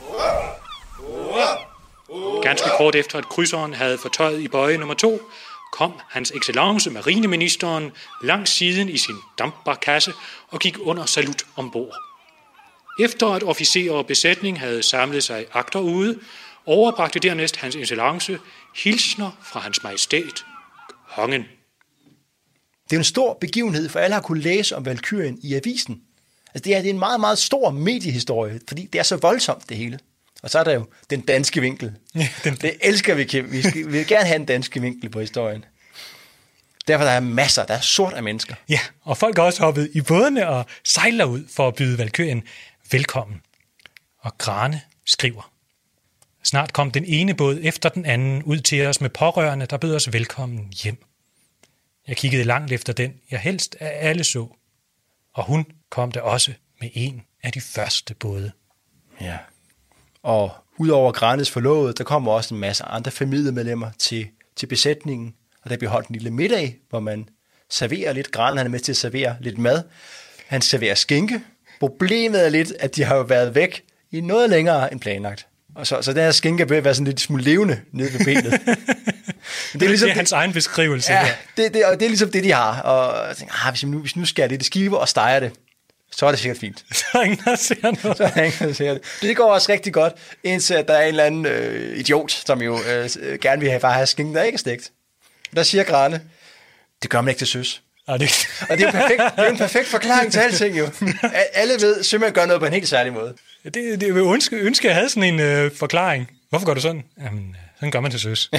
Ganske kort efter, at krydseren havde fortøjet i bøje nummer to, kom hans excellence marineministeren langs siden i sin dampbarkasse og gik under salut ombord. Efter at officerer og besætning havde samlet sig agterude, overbragte dernæst hans excellence hilsner fra hans majestæt, kongen. Det er en stor begivenhed, for alle har kunne læse om Valkyrien i avisen. Altså det er, det er en meget, meget stor mediehistorie, fordi det er så voldsomt det hele. Og så er der jo den danske vinkel. Ja, den... Det elsker vi, Kim. Vi, skal, vi vil gerne have en danske vinkel på historien. Derfor der er masser, der er sort af mennesker. Ja, og folk har også hoppet i bådene og sejler ud for at byde Valkyrien velkommen. Og Grane skriver: Snart kom den ene båd efter den anden ud til os med pårørende, der bød os velkommen hjem. Jeg kiggede langt efter den, jeg helst af alle så. Og hun kom der også med en af de første både. Ja. Og udover Granes forlovede, der kommer også en masse andre familiemedlemmer til, til besætningen. Og der bliver holdt en lille middag, hvor man serverer lidt. Granen han er med til at servere lidt mad. Han serverer skinke. Problemet er lidt, at de har jo været væk i noget længere end planlagt. Og så, så den her skinke vil være sådan lidt smule levende nede ved benet. det, er ligesom det er hans det, egen beskrivelse. Ja, det, det, og det er ligesom det, de har. Og jeg tænker, ah, hvis, nu, hvis nu skærer det i skiver og steger det, så er det sikkert fint. Så er ingen, der ser noget. Så er ingen, der ser det. Det går også rigtig godt, indtil at der er en eller anden øh, idiot, som jo øh, gerne vil have, bare have skinken, der ikke er stegt. Der siger Grane, det gør man ikke til søs. Og det... og det er, perfekt, det er en perfekt forklaring til alting jo. Alle ved, at sømænd gør noget på en helt særlig måde. Det, det vil ønske, ønske, at jeg havde sådan en øh, forklaring. Hvorfor gør du sådan? Jamen, sådan gør man til søs.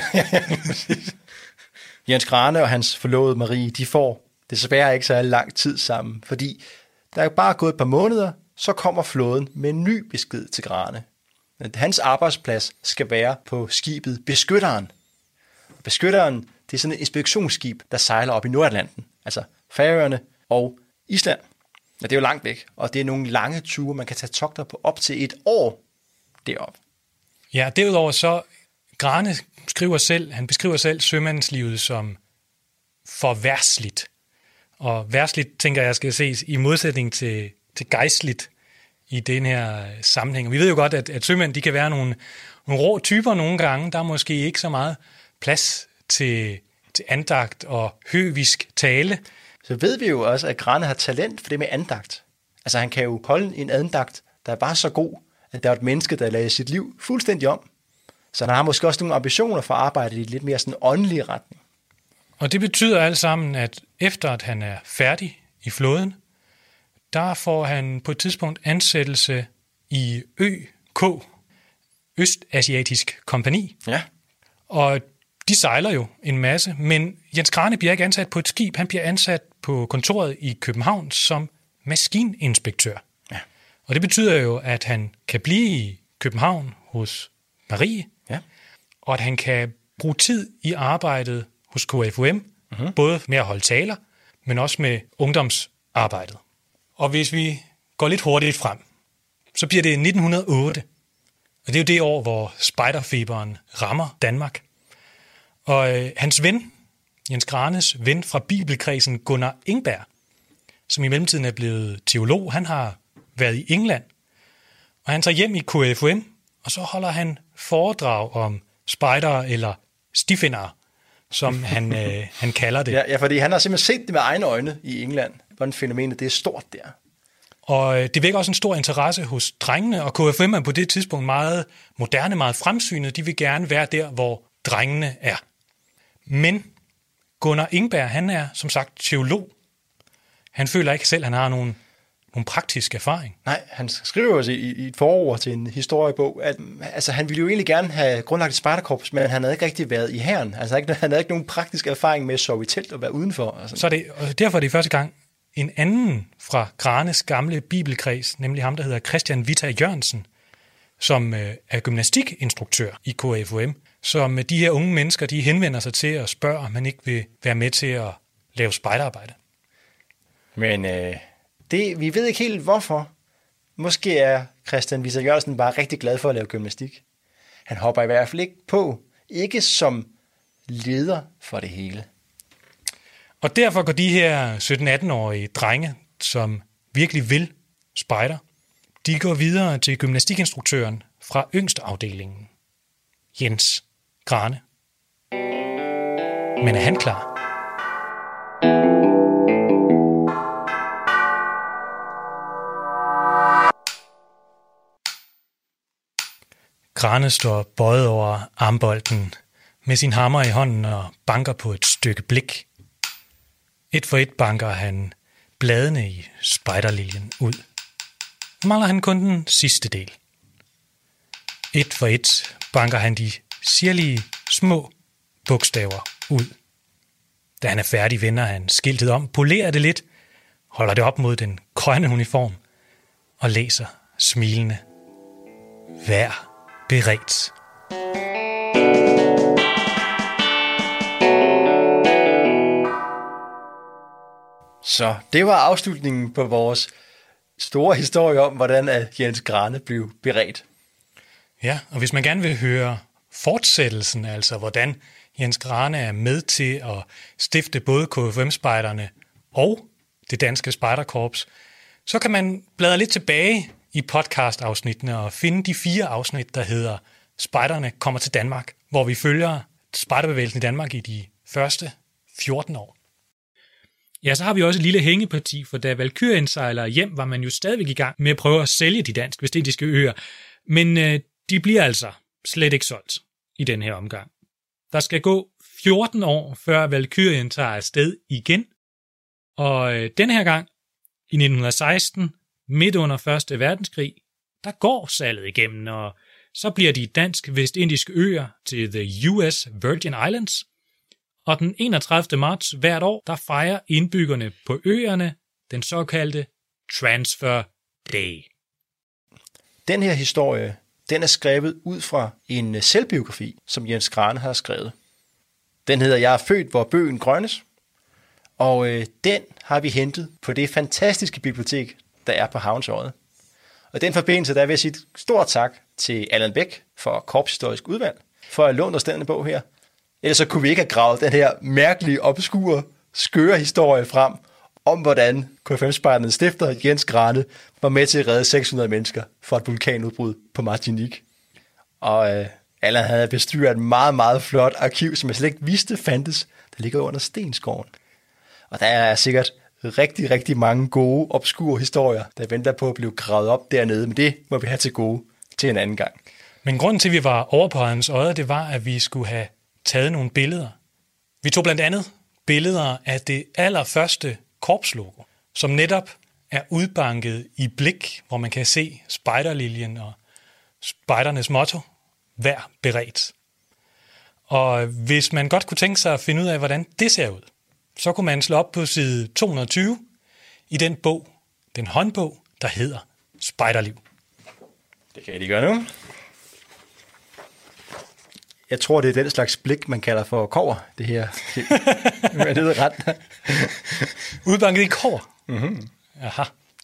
Jens Grane og hans forlovede Marie, de får desværre ikke så lang tid sammen, fordi der er bare gået et par måneder, så kommer flåden med en ny besked til Grane. Hans arbejdsplads skal være på skibet Beskytteren. Beskytteren, det er sådan et inspektionsskib, der sejler op i Nordatlanten, altså Færøerne og Island. Ja, det er jo langt væk, og det er nogle lange ture, man kan tage togter på op til et år. deroppe. Ja, derudover så, Grane skriver selv, han beskriver selv sømandslivet som forværsligt. Og værsligt, tænker jeg, skal ses i modsætning til, til gejstligt i den her sammenhæng. Vi ved jo godt, at, at sømænd, de kan være nogle, nogle rå typer nogle gange. Der er måske ikke så meget plads til, til andagt og høvisk tale. Så ved vi jo også, at Grane har talent for det med andagt. Altså han kan jo holde en andagt, der er bare så god, at der er et menneske, der lader sit liv fuldstændig om. Så han har måske også nogle ambitioner for at arbejde i lidt mere sådan åndelig retning. Og det betyder alt sammen, at efter at han er færdig i flåden, der får han på et tidspunkt ansættelse i Ø K, Østasiatisk Kompagni. Ja. Og de sejler jo en masse, men Jens Grane bliver ikke ansat på et skib. Han bliver ansat på kontoret i København som maskininspektør. Ja. Og det betyder jo, at han kan blive i København hos Marie, Ja. og at han kan bruge tid i arbejdet hos K F U M, mm-hmm. både med at holde taler, men også med ungdomsarbejdet. Og hvis vi går lidt hurtigt frem, så bliver det nitten hundrede og otte, og det er jo det år, hvor spejderfeberen rammer Danmark. Og øh, hans ven, Jens Granes ven fra bibelkredsen Gunnar Ingberg, som i mellemtiden er blevet teolog, han har været i England, og han tager hjem i K F U M, og så holder han foredrag om spejdere eller stifinder, som han, øh, han kalder det. Ja, ja, fordi han har simpelthen set det med egne øjne i England, hvordan fænomenet det er stort der. Og øh, det vækker også en stor interesse hos drengene, og K F U M er på det tidspunkt meget moderne, meget fremsynet. De vil gerne være der, hvor drengene er. Men Gunnar Ingberg, han er som sagt teolog. Han føler ikke selv, at han har nogen, nogen praktisk erfaring. Nej, han skriver også i, i et forord til en historiebog, at altså, han ville jo egentlig gerne have grundlagt et spejderkorps, men han havde ikke rigtig været i hæren. Altså, han havde ikke nogen praktisk erfaring med at sove i telt og være udenfor. Så er det, og derfor er det første gang en anden fra Granes gamle bibelkreds, nemlig ham, der hedder Christian Vita Jørgensen, som øh, er gymnastikinstruktør i K F U M, som de her unge mennesker, de henvender sig til og spørger, om man ikke vil være med til at lave spejderarbejde. Men øh, det, vi ved ikke helt hvorfor. Måske er Christian Vita Jørgensen bare rigtig glad for at lave gymnastik. Han hopper i hvert fald ikke på, ikke som leder for det hele. Og derfor går de her sytten-atten-årige drenge, som virkelig vil spejder, de går videre til gymnastikinstruktøren fra yngsteafdelingen, Jens Grane. Men er han klar? Grane står bøjet over armbolden med sin hammer i hånden og banker på et stykke blik. Et for et banker han bladene i spejderliljen ud. Nu mangler han kun den sidste del. Et for et banker han de sirlige små bogstaver ud. Da han er færdig, vender han skiltet om, polerer det lidt, holder det op mod den grønne uniform og læser smilende. Vær beredt. Så det var afslutningen på vores store historie om, hvordan at Jens Grane blev beredt. Ja, og hvis man gerne vil høre fortsættelsen, altså hvordan Jens Grane er med til at stifte både K F U M-spejderne og det danske spejderkorps, så kan man bladre lidt tilbage i podcast-afsnittene og finde de fire afsnit, der hedder Spejderne kommer til Danmark, hvor vi følger spejderbevægelsen i Danmark i de første fjorten år. Ja, så har vi også et lille hængeparti, for da Valkyrien sejler hjem, var man jo stadigvæk i gang med at prøve at sælge de dansk-vestindiske øer. Men øh, de bliver altså slet ikke solgt i den her omgang. Der skal gå fjorten år, før Valkyrien tager afsted igen. Og øh, den her gang, i nitten seksten, midt under første verdenskrig, der går salget igennem, og så bliver de dansk-vestindiske øer til The U S Virgin Islands. Og den enogtredivte marts hvert år, der fejrer indbyggerne på øerne den såkaldte Transfer Day. Den her historie, den er skrevet ud fra en selvbiografi, som Jens Grane har skrevet. Den hedder Jeg er født, hvor bøgen grønnes, og øh, den har vi hentet på det fantastiske bibliotek, der er på Havnsåret. Og i den forbindelse, der vil jeg sige et stort tak til Allan Bech for Korpshistorisk Udvalg, for at låne os denne bog her. Ellers så kunne vi ikke have gravet den her mærkelige, obskure, skøre historie frem, om hvordan K F M-spejdernes stifter Jens Grane var med til at redde seks hundrede mennesker fra et vulkanudbrud på Martinique. Og øh, Allan havde bestyret et meget, meget flot arkiv, som jeg slet ikke vidste fandtes, der ligger under Stenskoven. Og der er sikkert rigtig, rigtig mange gode, obskure historier, der venter på at blive gravet op dernede, men det må vi have til gode til en anden gang. Men grunden til, at vi var over på hans øje, det var, at vi skulle have taget nogle billeder. Vi tog blandt andet billeder af det allerførste korpslogo, som netop er udbanket i blik, hvor man kan se spejderliljen og spejdernes motto, vær beredt. Og hvis man godt kunne tænke sig at finde ud af, hvordan det ser ud, så kunne man slå op på side to hundrede og tyve i den bog, den håndbog, der hedder Spejderliv. Det kan jeg lige gøre nu. Jeg tror, det er den slags blik, man kalder for kobber, det her. Hvad det er ret. Udbanket i kobber? Mm-hmm. Aha.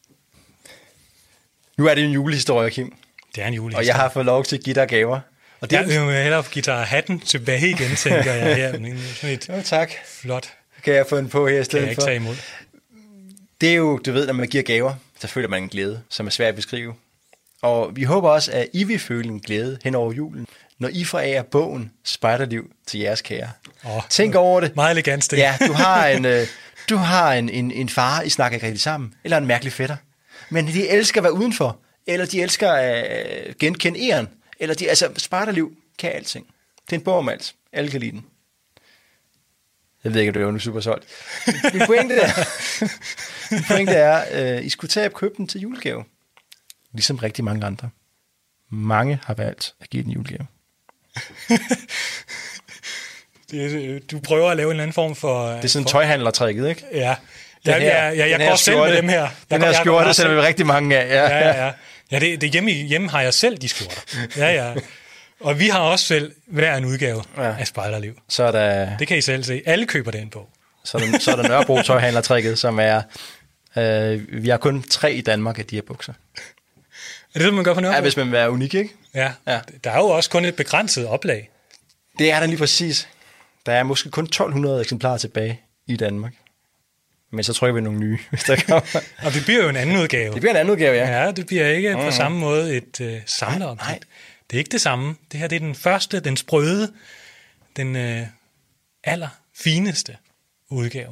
Nu er det en julehistorie, Kim. Det er en julehistorie. Og jeg har fået lov til at give dig gaver. Og det jeg vil hellere give dig hatten tilbage igen, tænker jeg her. Sådan et jo, tak. Flot. Kan jeg få en på her i stedet for? Kan jeg ikke tage imod. Det er jo, du ved, når man giver gaver, så føler man en glæde, som er svær at beskrive. Og vi håber også, at I vil føle en glæde hen over julen, når I forærer bogen Spejderliv til jeres kære. Oh, Tænk over det. Meget elegant sted. Ja, du har en, øh, du har en, en, en far, I snakker ikke rigtig sammen, eller en mærkelig fætter. Men de elsker at være udenfor, eller de elsker at øh, genkende æren, eller de, altså Spejderliv kan alting. Det er en bog om alt. Alle kan lide den. Jeg ved ikke, om det er jo nu super solgt. Min pointe er, min pointe er øh, I skulle tage og købe den til julegave. Ligesom rigtig mange andre. Mange har valgt at give den julegave. det, du prøver at lave en eller anden form for... Det er sådan en tøjhandlertrækket, ikke? Ja. Ja, ja, ja, jeg går selv med dem her. Jeg den går, her skjorte jeg sætter vi rigtig mange af. Ja, ja, ja. ja. ja det, det hjemme, hjemme har jeg selv de skjorter. Ja, ja. Og vi har også selv hver en udgave ja. af Spejderliv. Så er der, det kan I selv se. Alle køber den bog. Så er der, så er der Nørrebro tøjhandlertrækket, som er... Øh, vi har kun tre i Danmark af de her bukser. Er det det, man gør på Nørrebro? Ja, hvis man vil være unik, ikke? Ja. ja. Der er jo også kun et begrænset oplag. Det er der lige præcis. Der er måske kun tolv hundrede eksemplarer tilbage i Danmark. Men så trykker vi nogle nye, hvis der kommer. Og det bliver jo en anden udgave. Det bliver en anden udgave, ja. Ja, det bliver ikke mm-hmm. på samme måde et øh, samlerobjekt. Nej, nej. Det er ikke det samme. Det her det er den første, den sprøde, den øh, allerfineste udgave.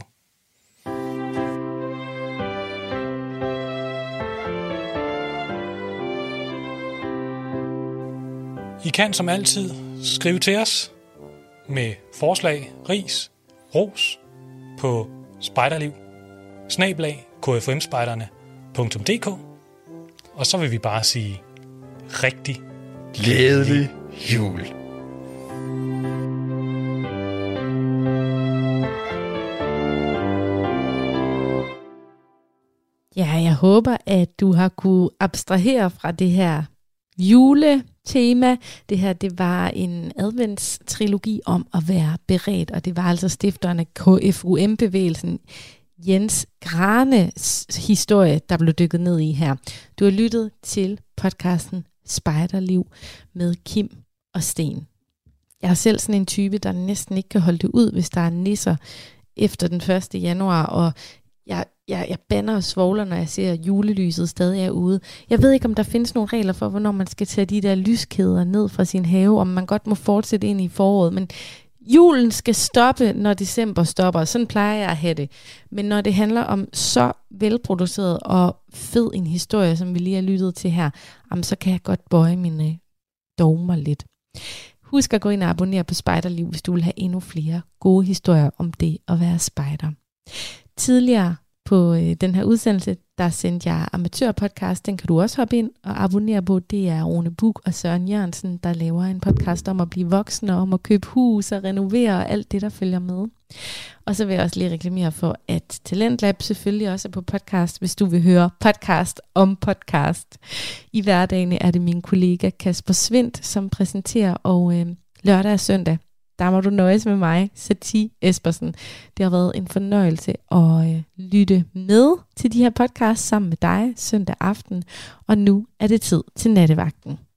I kan som altid skrive til os med forslag, ris, ros på spejderliv snabel-a k f m spejderne punktum d k, og så vil vi bare sige rigtig glædelig jul. Ja, jeg håber, at du har kunne abstrahere fra det her juletema. Det her, det var en adventstrilogi om at være beredt, og det var altså stifteren af K F U M-bevægelsen, Jens Granes historie, der blev dykket ned i her. Du har lyttet til podcasten Spejderliv med Kim og Sten. Jeg er selv sådan en type, der næsten ikke kan holde det ud, hvis der er nisser efter den første januar, og jeg, jeg, jeg bander og svogler, når jeg ser julelyset stadig er ude. Jeg ved ikke, om der findes nogle regler for, hvornår man skal tage de der lyskæder ned fra sin have, om man godt må fortsætte ind i foråret, men julen skal stoppe, når december stopper. Sådan plejer jeg at have det. Men når det handler om så velproduceret og fed en historie, som vi lige har lyttet til her, så kan jeg godt bøje mine dogmer lidt. Husk at gå ind og abonnere på Spejderliv, hvis du vil have endnu flere gode historier om det at være spejder. Tidligere på øh, den her udsendelse, der sendte jeg amatørpodcast. Den kan du også hoppe ind og abonnere på. Det er Rune Buk og Søren Jørgensen, der laver en podcast om at blive voksen og om at købe hus og renovere og alt det, der følger med. Og så vil jeg også lige reklamere for, at Talentlab selvfølgelig også er på podcast, hvis du vil høre podcast om podcast. I hverdagen er det min kollega Kasper Svindt, som præsenterer, og øh, lørdag og søndag, der må du nøjes med mig, Satie Espersen. Det har været en fornøjelse at øh, lytte med til de her podcasts sammen med dig søndag aften. Og nu er det tid til nattevagten.